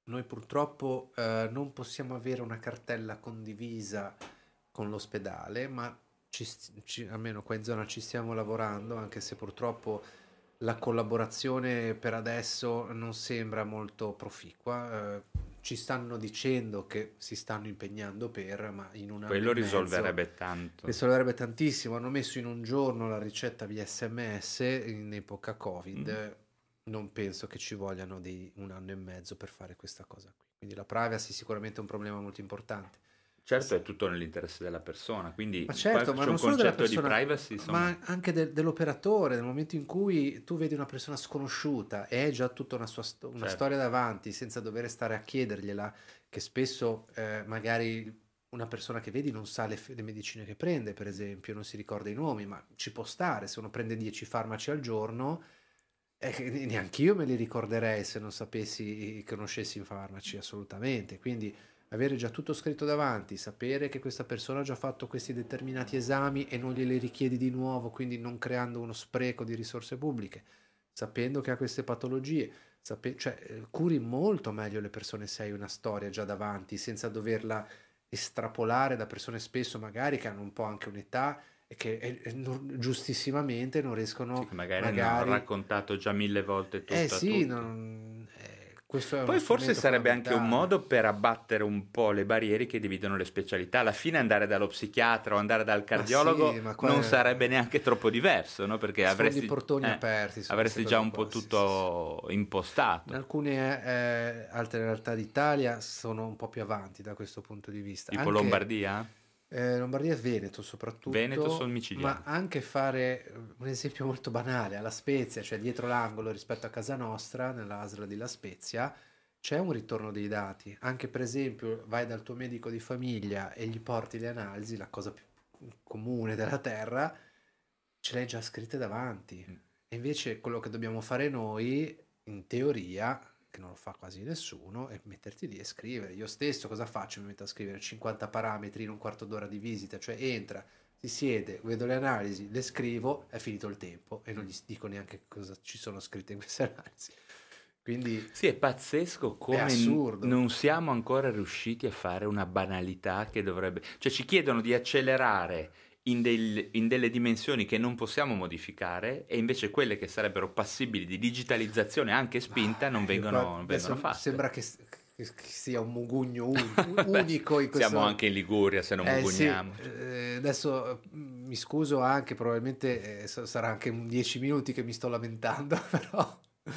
Noi purtroppo eh, non possiamo avere una cartella condivisa con l'ospedale, ma ci, ci- almeno qua in zona ci stiamo lavorando, anche se purtroppo la collaborazione per adesso non sembra molto proficua. Eh, ci stanno dicendo che si stanno impegnando per, ma in un anno Quello e mezzo risolverebbe tanto. risolverebbe tantissimo. Hanno messo in un giorno la ricetta via S M S in epoca Covid. Non penso che ci vogliano di un anno e mezzo per fare questa cosa qui. Quindi la privacy è sicuramente un problema molto importante. Certo, è tutto nell'interesse della persona, quindi Ma certo, qua ma c'è non un solo della concetto di persona, privacy, insomma, ma anche de- dell'operatore. Nel momento in cui tu vedi una persona sconosciuta e hai già tutta una, sua sto- una Certo. storia davanti, senza dover stare a chiedergliela, che spesso eh, magari una persona che vedi non sa le, f- le medicine che prende, per esempio, non si ricorda i nomi, ma ci può stare. Se uno prende dieci farmaci al giorno, eh, neanche io me li ricorderei se non sapessi, conoscessi i farmaci, assolutamente. Quindi avere già tutto scritto davanti, sapere che questa persona ha già fatto questi determinati esami e non glieli richiedi di nuovo, quindi non creando uno spreco di risorse pubbliche, sapendo che ha queste patologie, sape- cioè eh, curi molto meglio le persone se hai una storia già davanti, senza doverla estrapolare da persone spesso magari che hanno un po' anche un'età e che eh, eh, non- giustissimamente non riescono sì, che magari, hanno magari... raccontato già mille volte tutto Eh a sì, tutti. non- eh, questo è uno Poi forse strumento sarebbe anche un fondamentale. modo per abbattere un po' le barriere che dividono le specialità. Alla fine andare dallo psichiatra o andare dal Ma cardiologo sì, ma qua non è- sarebbe neanche troppo diverso, no? Perché sfondi avresti, portoni eh, aperti su avresti queste già cose un po' qua, sì, sì, tutto sì. In impostato. alcune eh, altre realtà d'Italia sono un po' più avanti da questo punto di vista. Tipo Anche Lombardia? eh, Lombardia e Veneto Veneto soprattutto, sono ma micidiali. anche fare eh, un esempio molto banale, alla Spezia, cioè dietro l'angolo rispetto a casa nostra, nell'A S L di La Spezia, c'è un ritorno dei dati. Anche per esempio vai dal tuo medico di famiglia e gli porti le analisi, la cosa più comune della terra, ce le hai già scritte davanti. Mm. E invece quello che dobbiamo fare noi, in teoria, che non lo fa quasi nessuno, è metterti lì e scrivere. Io stesso cosa faccio? Mi metto a scrivere cinquanta parametri in un quarto d'ora di visita, cioè entra, si siede, vedo le analisi, le scrivo, è finito il tempo e non gli dico neanche cosa ci sono scritte in queste analisi. Quindi Sì, è pazzesco è come n- assurdo. non siamo ancora riusciti a fare una banalità che dovrebbe... Cioè ci chiedono di accelerare in, del- in delle dimensioni che non possiamo modificare e invece quelle che sarebbero passibili di digitalizzazione anche spinta non Io vengono, qua- non adesso vengono fatte. sembra che, che- che sia un mugugno un- Beh, unico in questo... siamo anche in Liguria se non Eh sì, mugugniamo. eh, adesso mm, mi scuso anche, probabilmente eh, sa- sarà anche un dieci minuti che mi sto lamentando, però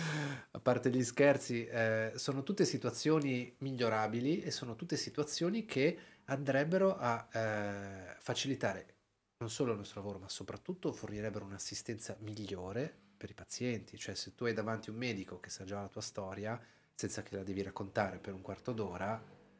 a parte gli scherzi, eh, sono tutte situazioni migliorabili e sono tutte situazioni che andrebbero a eh, facilitare non solo il nostro lavoro, ma soprattutto fornirebbero un'assistenza migliore per i pazienti. Cioè, se tu hai davanti un medico che sa già la tua storia, senza che la devi raccontare per un quarto d'ora,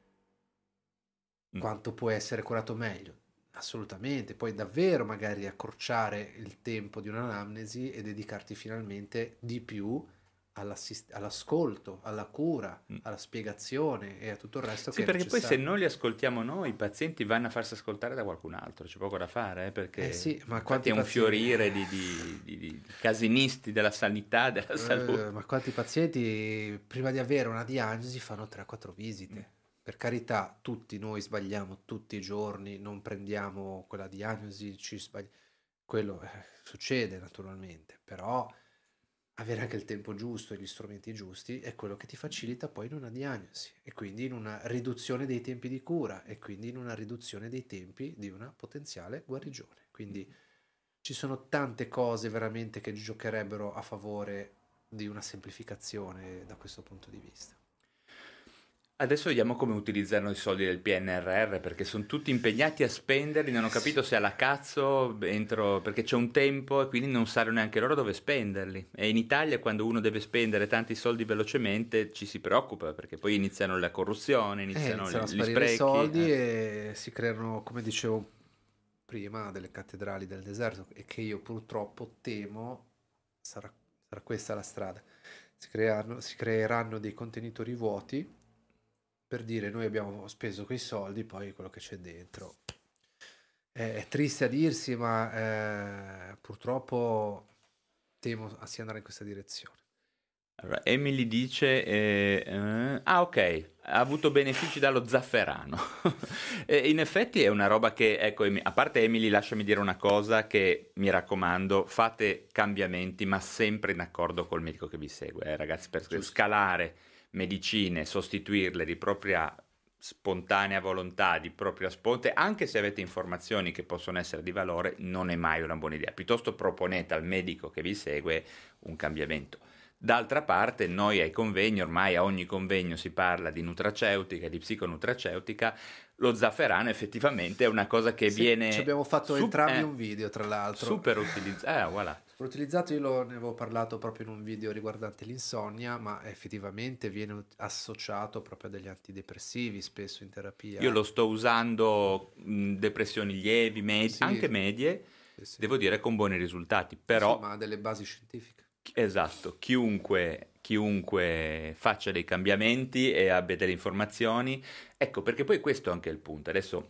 Mm. quanto può essere curato meglio? Assolutamente. Puoi davvero magari accorciare il tempo di un'anamnesi e dedicarti finalmente di più all'assist- all'ascolto, alla cura, Mm. alla spiegazione e a tutto il resto Sì, che è perché poi se necessario. non li ascoltiamo noi, i pazienti vanno a farsi ascoltare da qualcun altro, c'è poco da fare, eh, perché Eh sì, ma infatti quanti è un pazienti- fiorire di, di- di- di casinisti della sanità, della Eh, salute. ma quanti pazienti prima di avere una diagnosi fanno tre quattro visite? Mm. Per carità, tutti noi sbagliamo tutti i giorni, non prendiamo quella diagnosi, ci sbagli- quello eh, succede naturalmente, però avere anche il tempo giusto e gli strumenti giusti è quello che ti facilita poi in una diagnosi e quindi in una riduzione dei tempi di cura e quindi in una riduzione dei tempi di una potenziale guarigione. Quindi ci sono tante cose veramente che giocherebbero a favore di una semplificazione da questo punto di vista. Adesso vediamo come utilizzano i soldi del P N R R, perché sono tutti impegnati a spenderli, non ho capito se alla cazzo entro, perché c'è un tempo e quindi non sanno neanche loro dove spenderli. E in Italia quando uno deve spendere tanti soldi velocemente ci si preoccupa, perché poi iniziano la corruzione, Eh, iniziano, iniziano a gli sparire i sprechi. soldi eh. e si creano, come dicevo prima, delle cattedrali del deserto e che io purtroppo temo sarà, sarà questa la strada. Si creeranno, si creeranno dei contenitori vuoti per dire noi abbiamo speso quei soldi, poi quello che c'è dentro. È, è triste a dirsi, ma eh, purtroppo temo si andrà in questa direzione. Allora, Emily dice, eh, eh, ah ok, ha avuto benefici dallo zafferano. E in effetti è una roba che, ecco, a parte Emily, lasciami dire una cosa che mi raccomando, fate cambiamenti ma sempre in accordo col medico che vi segue, eh, ragazzi, per Giusto. scalare medicine, sostituirle di propria spontanea volontà, di propria sponte, anche se avete informazioni che possono essere di valore, non è mai una buona idea. Piuttosto proponete al medico che vi segue un cambiamento. D'altra parte, noi ai convegni, ormai a ogni convegno si parla di nutraceutica, di psiconutraceutica, lo zafferano effettivamente è una cosa che Sì, viene... ci abbiamo fatto sup- entrambi eh, un video, tra l'altro. super utilizzato, eh, voilà. Super utilizzato, io lo, ne avevo parlato proprio in un video riguardante l'insonnia, ma effettivamente viene ut- associato proprio a degli antidepressivi, spesso in terapia. Io lo sto usando mh, depressioni lievi, medie, Sì. anche medie, Sì, sì. devo dire con buoni risultati, però... Sì, ma ha delle basi scientifiche. Esatto, chiunque, chiunque faccia dei cambiamenti e abbia delle informazioni, ecco, perché poi questo è anche il punto. Adesso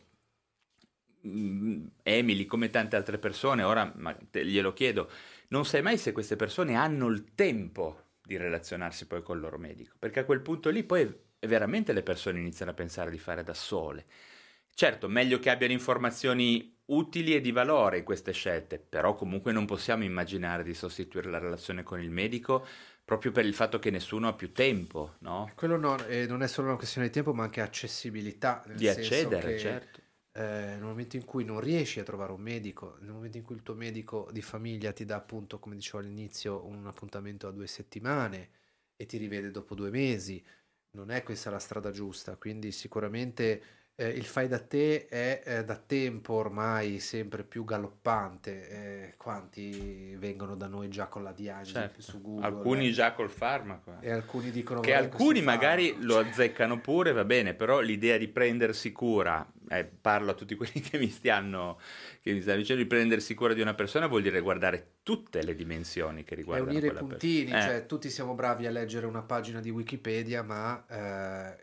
mm, Emily, come tante altre persone, ora ma, te, glielo chiedo, non sai mai se queste persone hanno il tempo di relazionarsi poi col loro medico, perché a quel punto lì poi veramente le persone iniziano a pensare di fare da sole. Certo, meglio che abbiano informazioni utili e di valore in queste scelte, però comunque non possiamo immaginare di sostituire la relazione con il medico proprio per il fatto che nessuno ha più tempo, no? Quello no, eh, non è solo una questione di tempo, ma anche accessibilità. Nel Di senso accedere, che, certo. eh, nel momento in cui non riesci a trovare un medico, nel momento in cui il tuo medico di famiglia ti dà appunto, come dicevo all'inizio, un appuntamento a due settimane e ti rivede dopo due mesi, non è questa la strada giusta. Quindi sicuramente eh, il fai da te è eh, da tempo ormai sempre più galoppante. Eh, quanti vengono da noi già con la diagnosi Certo. su Google? Alcuni già col farmaco. eh. E alcuni dicono Che "Vorrei alcuni questo magari farmaco". lo azzeccano pure, va bene, però l'idea di prendersi cura, eh, parlo a tutti quelli che mi stiano, che mi stanno dicendo, di prendersi cura di una persona vuol dire guardare tutte le dimensioni che È riguardano unire i quella puntini, persona. Eh, cioè tutti siamo bravi a leggere una pagina di Wikipedia, ma eh,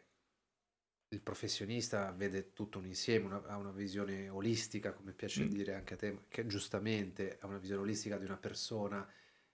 il professionista vede tutto un insieme, una- ha una visione olistica, come piace Mm. dire anche a te, che giustamente ha una visione olistica di una persona,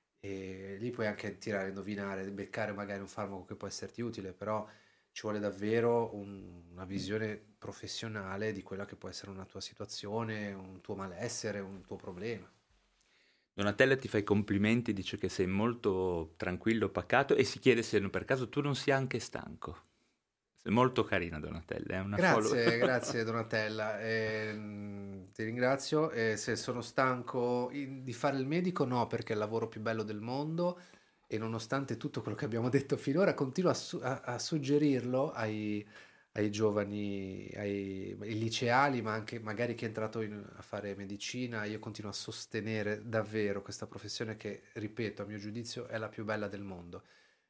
e lì puoi anche tirare, indovinare, beccare magari un farmaco che può esserti utile, però ci vuole davvero un- una visione professionale di quella che può essere una tua situazione, un tuo malessere, un tuo problema. Donatella ti fa i complimenti, dice che sei molto tranquillo, pacato e si chiede se per caso tu non sia anche stanco. Sei molto carina Donatella, è una Grazie, follow- grazie Donatella, ehm, ti ringrazio. E se sono stanco in- di fare il medico, no, perché è il lavoro più bello del mondo e nonostante tutto quello che abbiamo detto finora, continuo a, su- a- a suggerirlo ai, ai giovani, ai, ai liceali, ma anche magari chi è entrato in- a fare medicina. Io continuo a sostenere davvero questa professione che, ripeto, a mio giudizio è la più bella del mondo.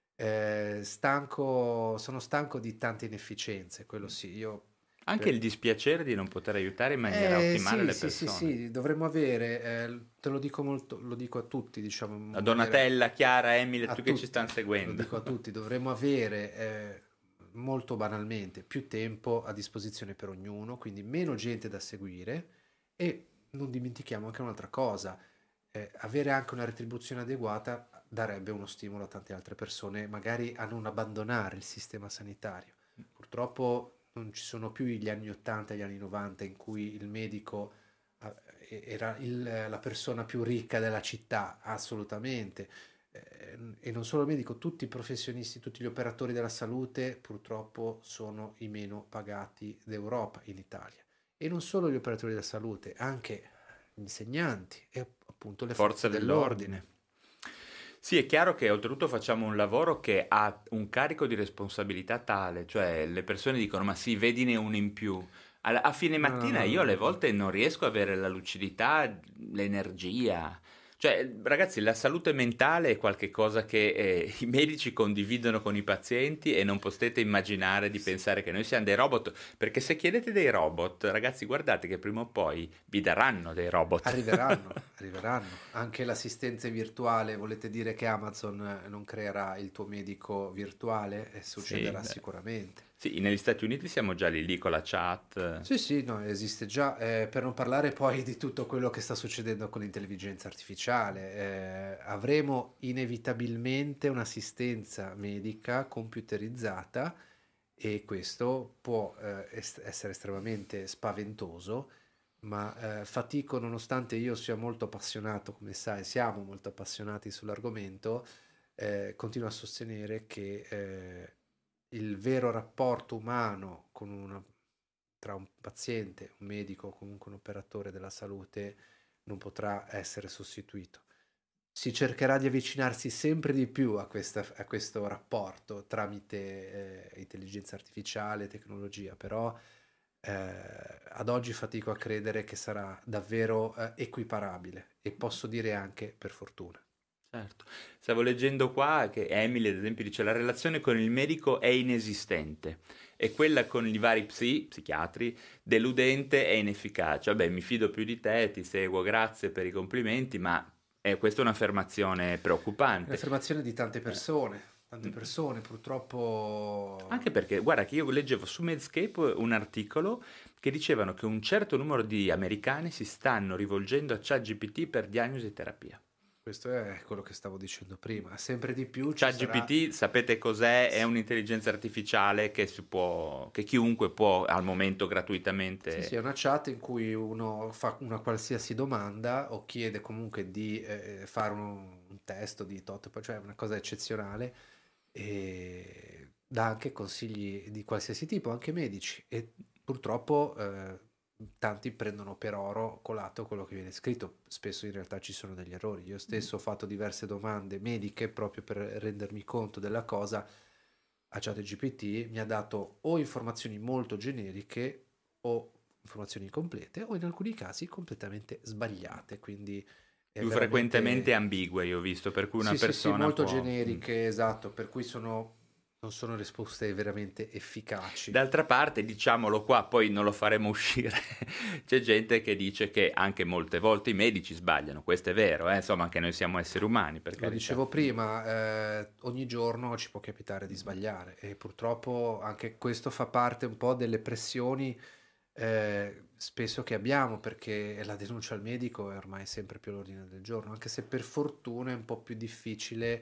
Eh, stanco, sono stanco di tante inefficienze, quello sì, io Anche per- il dispiacere di non poter aiutare in maniera Eh, ottimale sì, le sì, persone. sì, sì, dovremmo avere, eh, te lo dico molto, lo dico a tutti, diciamo, in A maniera- Donatella, Chiara, Emily, a tu che ci tutti, stanno lo seguendo. dico a tutti, dovremmo avere eh, molto banalmente più tempo a disposizione per ognuno, quindi meno gente da seguire, e non dimentichiamo anche un'altra cosa, eh, avere anche una retribuzione adeguata darebbe uno stimolo a tante altre persone, magari a non abbandonare il sistema sanitario. Purtroppo non ci sono più gli anni ottanta e gli anni novanta in cui il medico eh, era il- la persona più ricca della città, assolutamente. Eh, e non solo il medico, tutti i professionisti, tutti gli operatori della salute purtroppo sono i meno pagati d'Europa in Italia. E non solo gli operatori della salute, anche gli insegnanti e appunto le Forze forze dell'ordine. dell'ordine. Sì, è chiaro che oltretutto facciamo un lavoro che ha un carico di responsabilità tale, cioè le persone dicono ma sì, vedine uno in più. Alla- a fine No, mattina no, io no, alle no. volte non riesco a avere la lucidità, l'energia. Cioè, ragazzi, la salute mentale è qualcosa che eh, i medici condividono con i pazienti e non potete immaginare di pensare che noi siamo dei robot, perché se chiedete dei robot, ragazzi, guardate che prima o poi vi daranno dei robot. Arriveranno, arriveranno. Anche l'assistenza virtuale, volete dire che Amazon eh, non creerà il tuo medico virtuale? E succederà Sì, beh. sicuramente. Sì, negli Stati Uniti siamo già lì, lì con la chat. Sì, sì, no, esiste già, eh, per non parlare poi di tutto quello che sta succedendo con l'intelligenza artificiale. Eh, avremo inevitabilmente un'assistenza medica computerizzata e questo può eh, est- essere estremamente spaventoso, ma eh, fatico, nonostante io sia molto appassionato, come sai, siamo molto appassionati sull'argomento, eh, continuo a sostenere che eh, il vero rapporto umano con una, tra un paziente, un medico o comunque un operatore della salute non potrà essere sostituito. Si cercherà di avvicinarsi sempre di più a, questa, a questo rapporto tramite eh, intelligenza artificiale, tecnologia, però eh, ad oggi fatico a credere che sarà davvero eh, equiparabile e posso dire anche per fortuna. Certo, stavo leggendo qua che Emily ad esempio dice la relazione con il medico è inesistente e quella con i vari psi, psichiatri, deludente e inefficace. Vabbè, mi fido più di te, ti seguo, grazie per i complimenti, ma eh, questa è un'affermazione È preoccupante. un'affermazione di tante persone, tante persone purtroppo... Anche perché, guarda, che io leggevo su Medscape un articolo che dicevano che un certo numero di americani si stanno rivolgendo a ChatGPT per diagnosi e terapia. Questo è quello che stavo dicendo prima, sempre di più ci ChatGPT, sarà... sapete cos'è? È un'intelligenza artificiale che si può, che chiunque può al momento gratuitamente... Sì, sì, è una chat in cui uno fa una qualsiasi domanda o chiede comunque di eh, fare un, un testo di tot, cioè una cosa eccezionale, e dà anche consigli di qualsiasi tipo, anche medici, e purtroppo eh, tanti prendono per oro colato quello che viene scritto, spesso in realtà ci sono degli errori. Io stesso ho fatto diverse domande mediche proprio per rendermi conto della cosa. A ChatGPT mi ha dato o informazioni molto generiche o informazioni incomplete o in alcuni casi completamente sbagliate, quindi è più veramente... frequentemente ambigue, io ho visto, per cui una sì, persona sì, sì, molto può... generiche, esatto, per cui sono non sono risposte veramente efficaci. D'altra parte, diciamolo qua, poi non lo faremo uscire, c'è gente che dice che anche molte volte i medici sbagliano, questo è vero, eh? Insomma anche noi siamo esseri umani, per Lo carità. dicevo prima, eh, ogni giorno ci può capitare di sbagliare e purtroppo anche questo fa parte un po' delle pressioni eh, spesso che abbiamo, perché la denuncia al medico è ormai sempre più all'ordine del giorno, anche se per fortuna è un po' più difficile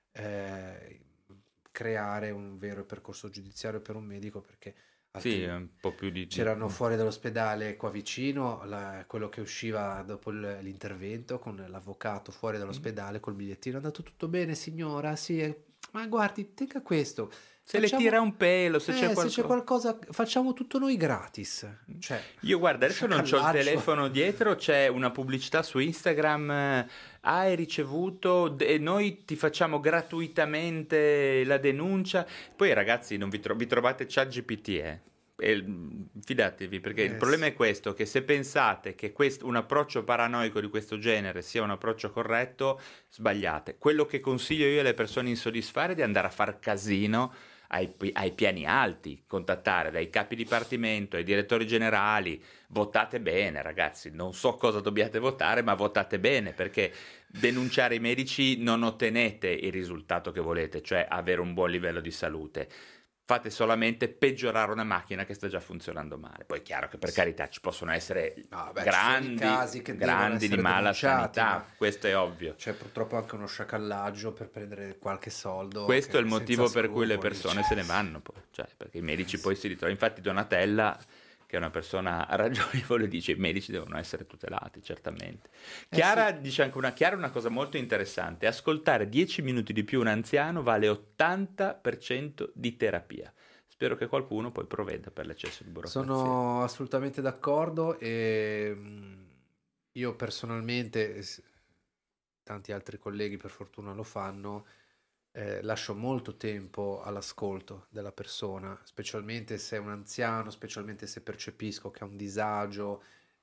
eh, creare un vero percorso giudiziario per un medico, perché sì, è un po' più di... c'erano fuori dall'ospedale qua vicino la, quello che usciva dopo il, l'intervento con l'avvocato fuori dall'ospedale col bigliettino: è andato tutto bene signora? Sì, eh, ma guardi, tenga questo, se facciamo... le tira un pelo, se, eh, c'è, se qualcosa... c'è qualcosa facciamo tutto noi gratis, cioè, io guarda, adesso non c'ho il sciacallaggio. telefono dietro, c'è una pubblicità su Instagram, eh, hai ricevuto e noi ti facciamo gratuitamente la denuncia. Poi ragazzi, non vi, tro- vi trovate ChatGPT, eh E, fidatevi, perché Eh, il problema sì. è questo, che se pensate che quest- un approccio paranoico di questo genere sia un approccio corretto, sbagliate. Quello che consiglio io alle persone insoddisfatte è di andare a far casino ai, ai piani alti, contattare dai capi dipartimento, ai direttori generali, votate bene ragazzi, non so cosa dobbiate votare, ma votate bene, perché denunciare i medici non ottenete il risultato che volete, cioè avere un buon livello di salute. Fate solamente peggiorare una macchina che sta già funzionando male. Poi è chiaro che per carità ci possono essere No, beh, grandi, ci sono i casi che devono grandi di essere mala denunciati, sanità, ma questo è ovvio. c'è purtroppo anche uno sciacallaggio per prendere qualche soldo. Questo che è il motivo senza per cui le scrupoli, persone cioè, se ne vanno poi, cioè, perché i medici eh, poi sì. si ritrovano. Infatti Donatella, che è una persona ragionevole, dice i medici devono essere tutelati, certamente. Chiara Eh sì. dice anche una, Chiara una cosa molto interessante: ascoltare dieci minuti di più un anziano vale ottanta per cento di terapia. Spero che qualcuno poi provveda per l'eccesso di burocrazia. Sono assolutamente d'accordo e mh, io personalmente, s- tanti altri colleghi per fortuna lo fanno, eh, lascio molto tempo all'ascolto della persona, specialmente se è un anziano, specialmente se percepisco che ha un disagio,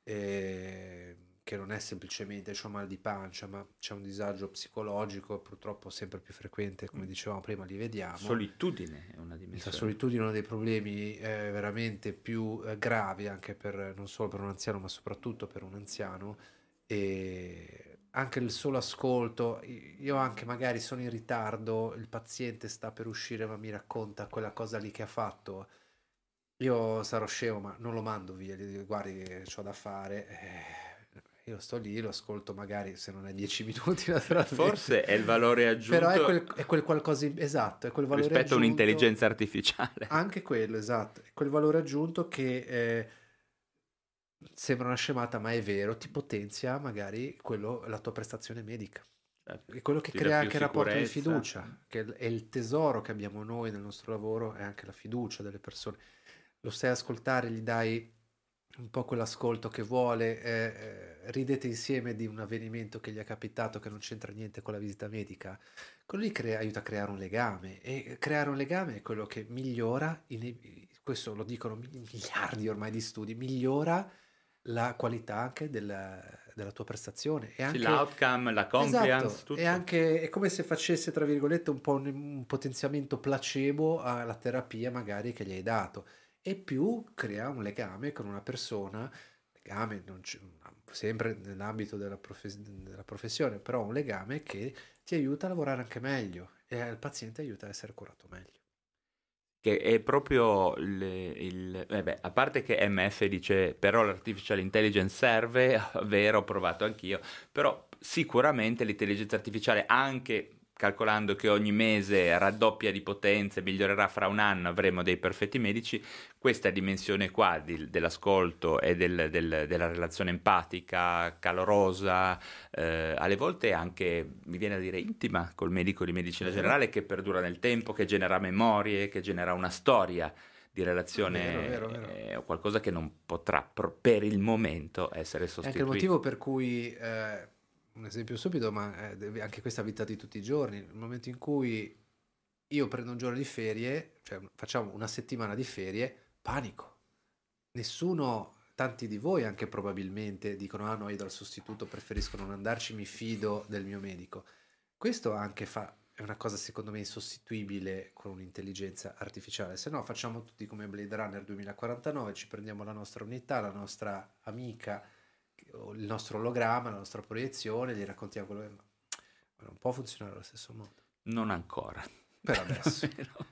eh, che non è semplicemente c'ho mal di pancia, ma c'è un disagio psicologico, purtroppo sempre più frequente, come dicevamo prima, li vediamo. Solitudine è una La dimensione. solitudine è uno dei problemi eh, veramente più eh, gravi, anche per non solo per un anziano, ma soprattutto per un anziano. E anche il solo ascolto, io anche magari sono in ritardo, il paziente sta per uscire, ma mi racconta quella cosa lì che ha fatto. io sarò scemo, ma non lo mando via, gli dico, guardi che c'ho da fare. Eh, io sto lì, lo ascolto magari se non è dieci minuti naturalmente. Forse è il valore aggiunto. Però è quel, è quel qualcosa, in- esatto, è quel valore rispetto aggiunto. a un'intelligenza artificiale. Anche quello, esatto, è quel valore aggiunto che eh, sembra una scemata, ma è vero, ti potenzia magari quello, la tua prestazione medica. Certo. È quello che Ti dà crea più anche il rapporto di sicurezza. fiducia, che è il tesoro che abbiamo noi nel nostro lavoro, è anche la fiducia delle persone. Lo stai a ascoltare, gli dai un po' quell'ascolto che vuole, eh, eh, ridete insieme di un avvenimento che gli è capitato che non c'entra niente con la visita medica, quello lì crea- aiuta a creare un legame, e creare un legame è quello che migliora, in- questo lo dicono mi- miliardi ormai di studi, migliora la qualità anche della, della tua prestazione. E Sì, anche, l'outcome, la compliance, esatto, tutto. è anche è come se facesse, tra virgolette, un po' un, un potenziamento placebo alla terapia magari che gli hai dato. E più crea un legame con una persona, legame non c'è- sempre nell'ambito della, profes- della professione, però un legame che ti aiuta a lavorare anche meglio e al paziente aiuta a essere curato meglio. Che è proprio il, il eh beh, a parte che M F dice però l'artificial intelligence serve, vero, ho provato anch'io, però sicuramente l'intelligenza artificiale, anche calcolando che ogni mese raddoppia di potenza e migliorerà, fra un anno avremo dei perfetti medici, questa dimensione qua di- dell'ascolto e del- del- della relazione empatica, calorosa, eh, alle volte anche, mi viene a dire, intima col medico di medicina Vero. generale, che perdura nel tempo, che genera memorie, che genera una storia di relazione, Vero, vero, vero. eh, qualcosa che non potrà pro- per il momento essere È anche il sostituito. motivo per cui, eh, un esempio stupido, ma eh, deve- anche questa vita di tutti i giorni, nel momento in cui io prendo un giorno di ferie, cioè facciamo una settimana di ferie, panico. Nessuno, tanti di voi anche probabilmente dicono, ah no, io dal sostituto preferisco non andarci, mi fido del mio medico. Questo anche fa, è una cosa secondo me insostituibile con un'intelligenza artificiale, se no facciamo tutti come Blade Runner duemilaquarantanove, ci prendiamo la nostra unità, la nostra amica, o il nostro ologramma, la nostra proiezione, gli raccontiamo quello che... Ma non può funzionare allo stesso modo. Non ancora. Per adesso.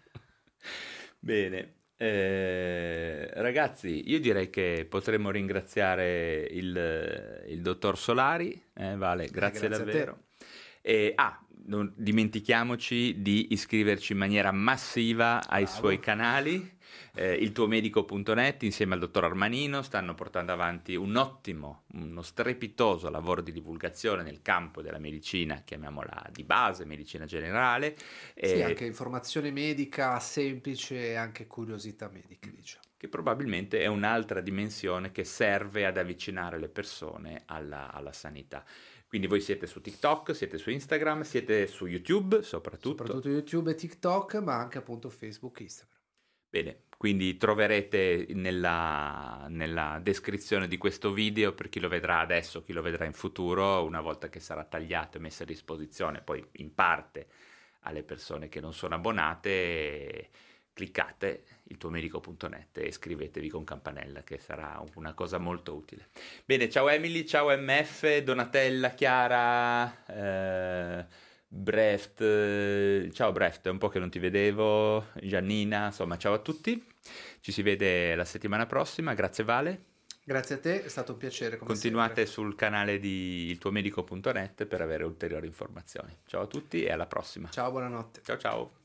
Bene. Eh, ragazzi, io direi che potremmo ringraziare il, il dottor Solari, eh, Vale, grazie, grazie a te. davvero. E, ah, non dimentichiamoci di iscriverci in maniera massiva ai Bravo. suoi canali. Eh, il tuo medico punto net insieme al dottor Armanino stanno portando avanti un ottimo, uno strepitoso lavoro di divulgazione nel campo della medicina, chiamiamola di base, medicina generale. Sì, eh, anche informazione medica semplice e anche curiosità medica, diciamo. che probabilmente è un'altra dimensione che serve ad avvicinare le persone alla, alla sanità. Quindi voi siete su TikTok, siete su Instagram, siete su YouTube soprattutto. Soprattutto YouTube e TikTok, ma anche appunto Facebook e Instagram. Bene, quindi troverete nella, nella descrizione di questo video, per chi lo vedrà adesso, chi lo vedrà in futuro, una volta che sarà tagliato e messo a disposizione, poi in parte alle persone che non sono abbonate, cliccate il tuo medico punto net e iscrivetevi con campanella, che sarà una cosa molto utile. Bene, ciao Emily, ciao M F, Donatella, Chiara, eh, Breft, eh, ciao Breft, è un po' che non ti vedevo, Giannina, insomma ciao a tutti, ci si vede la settimana prossima, grazie Vale. Grazie a te, è stato un piacere come Continuate sempre. sul canale di il tuo medico punto net per avere ulteriori informazioni. Ciao a tutti e alla prossima. Ciao, buonanotte. Ciao ciao.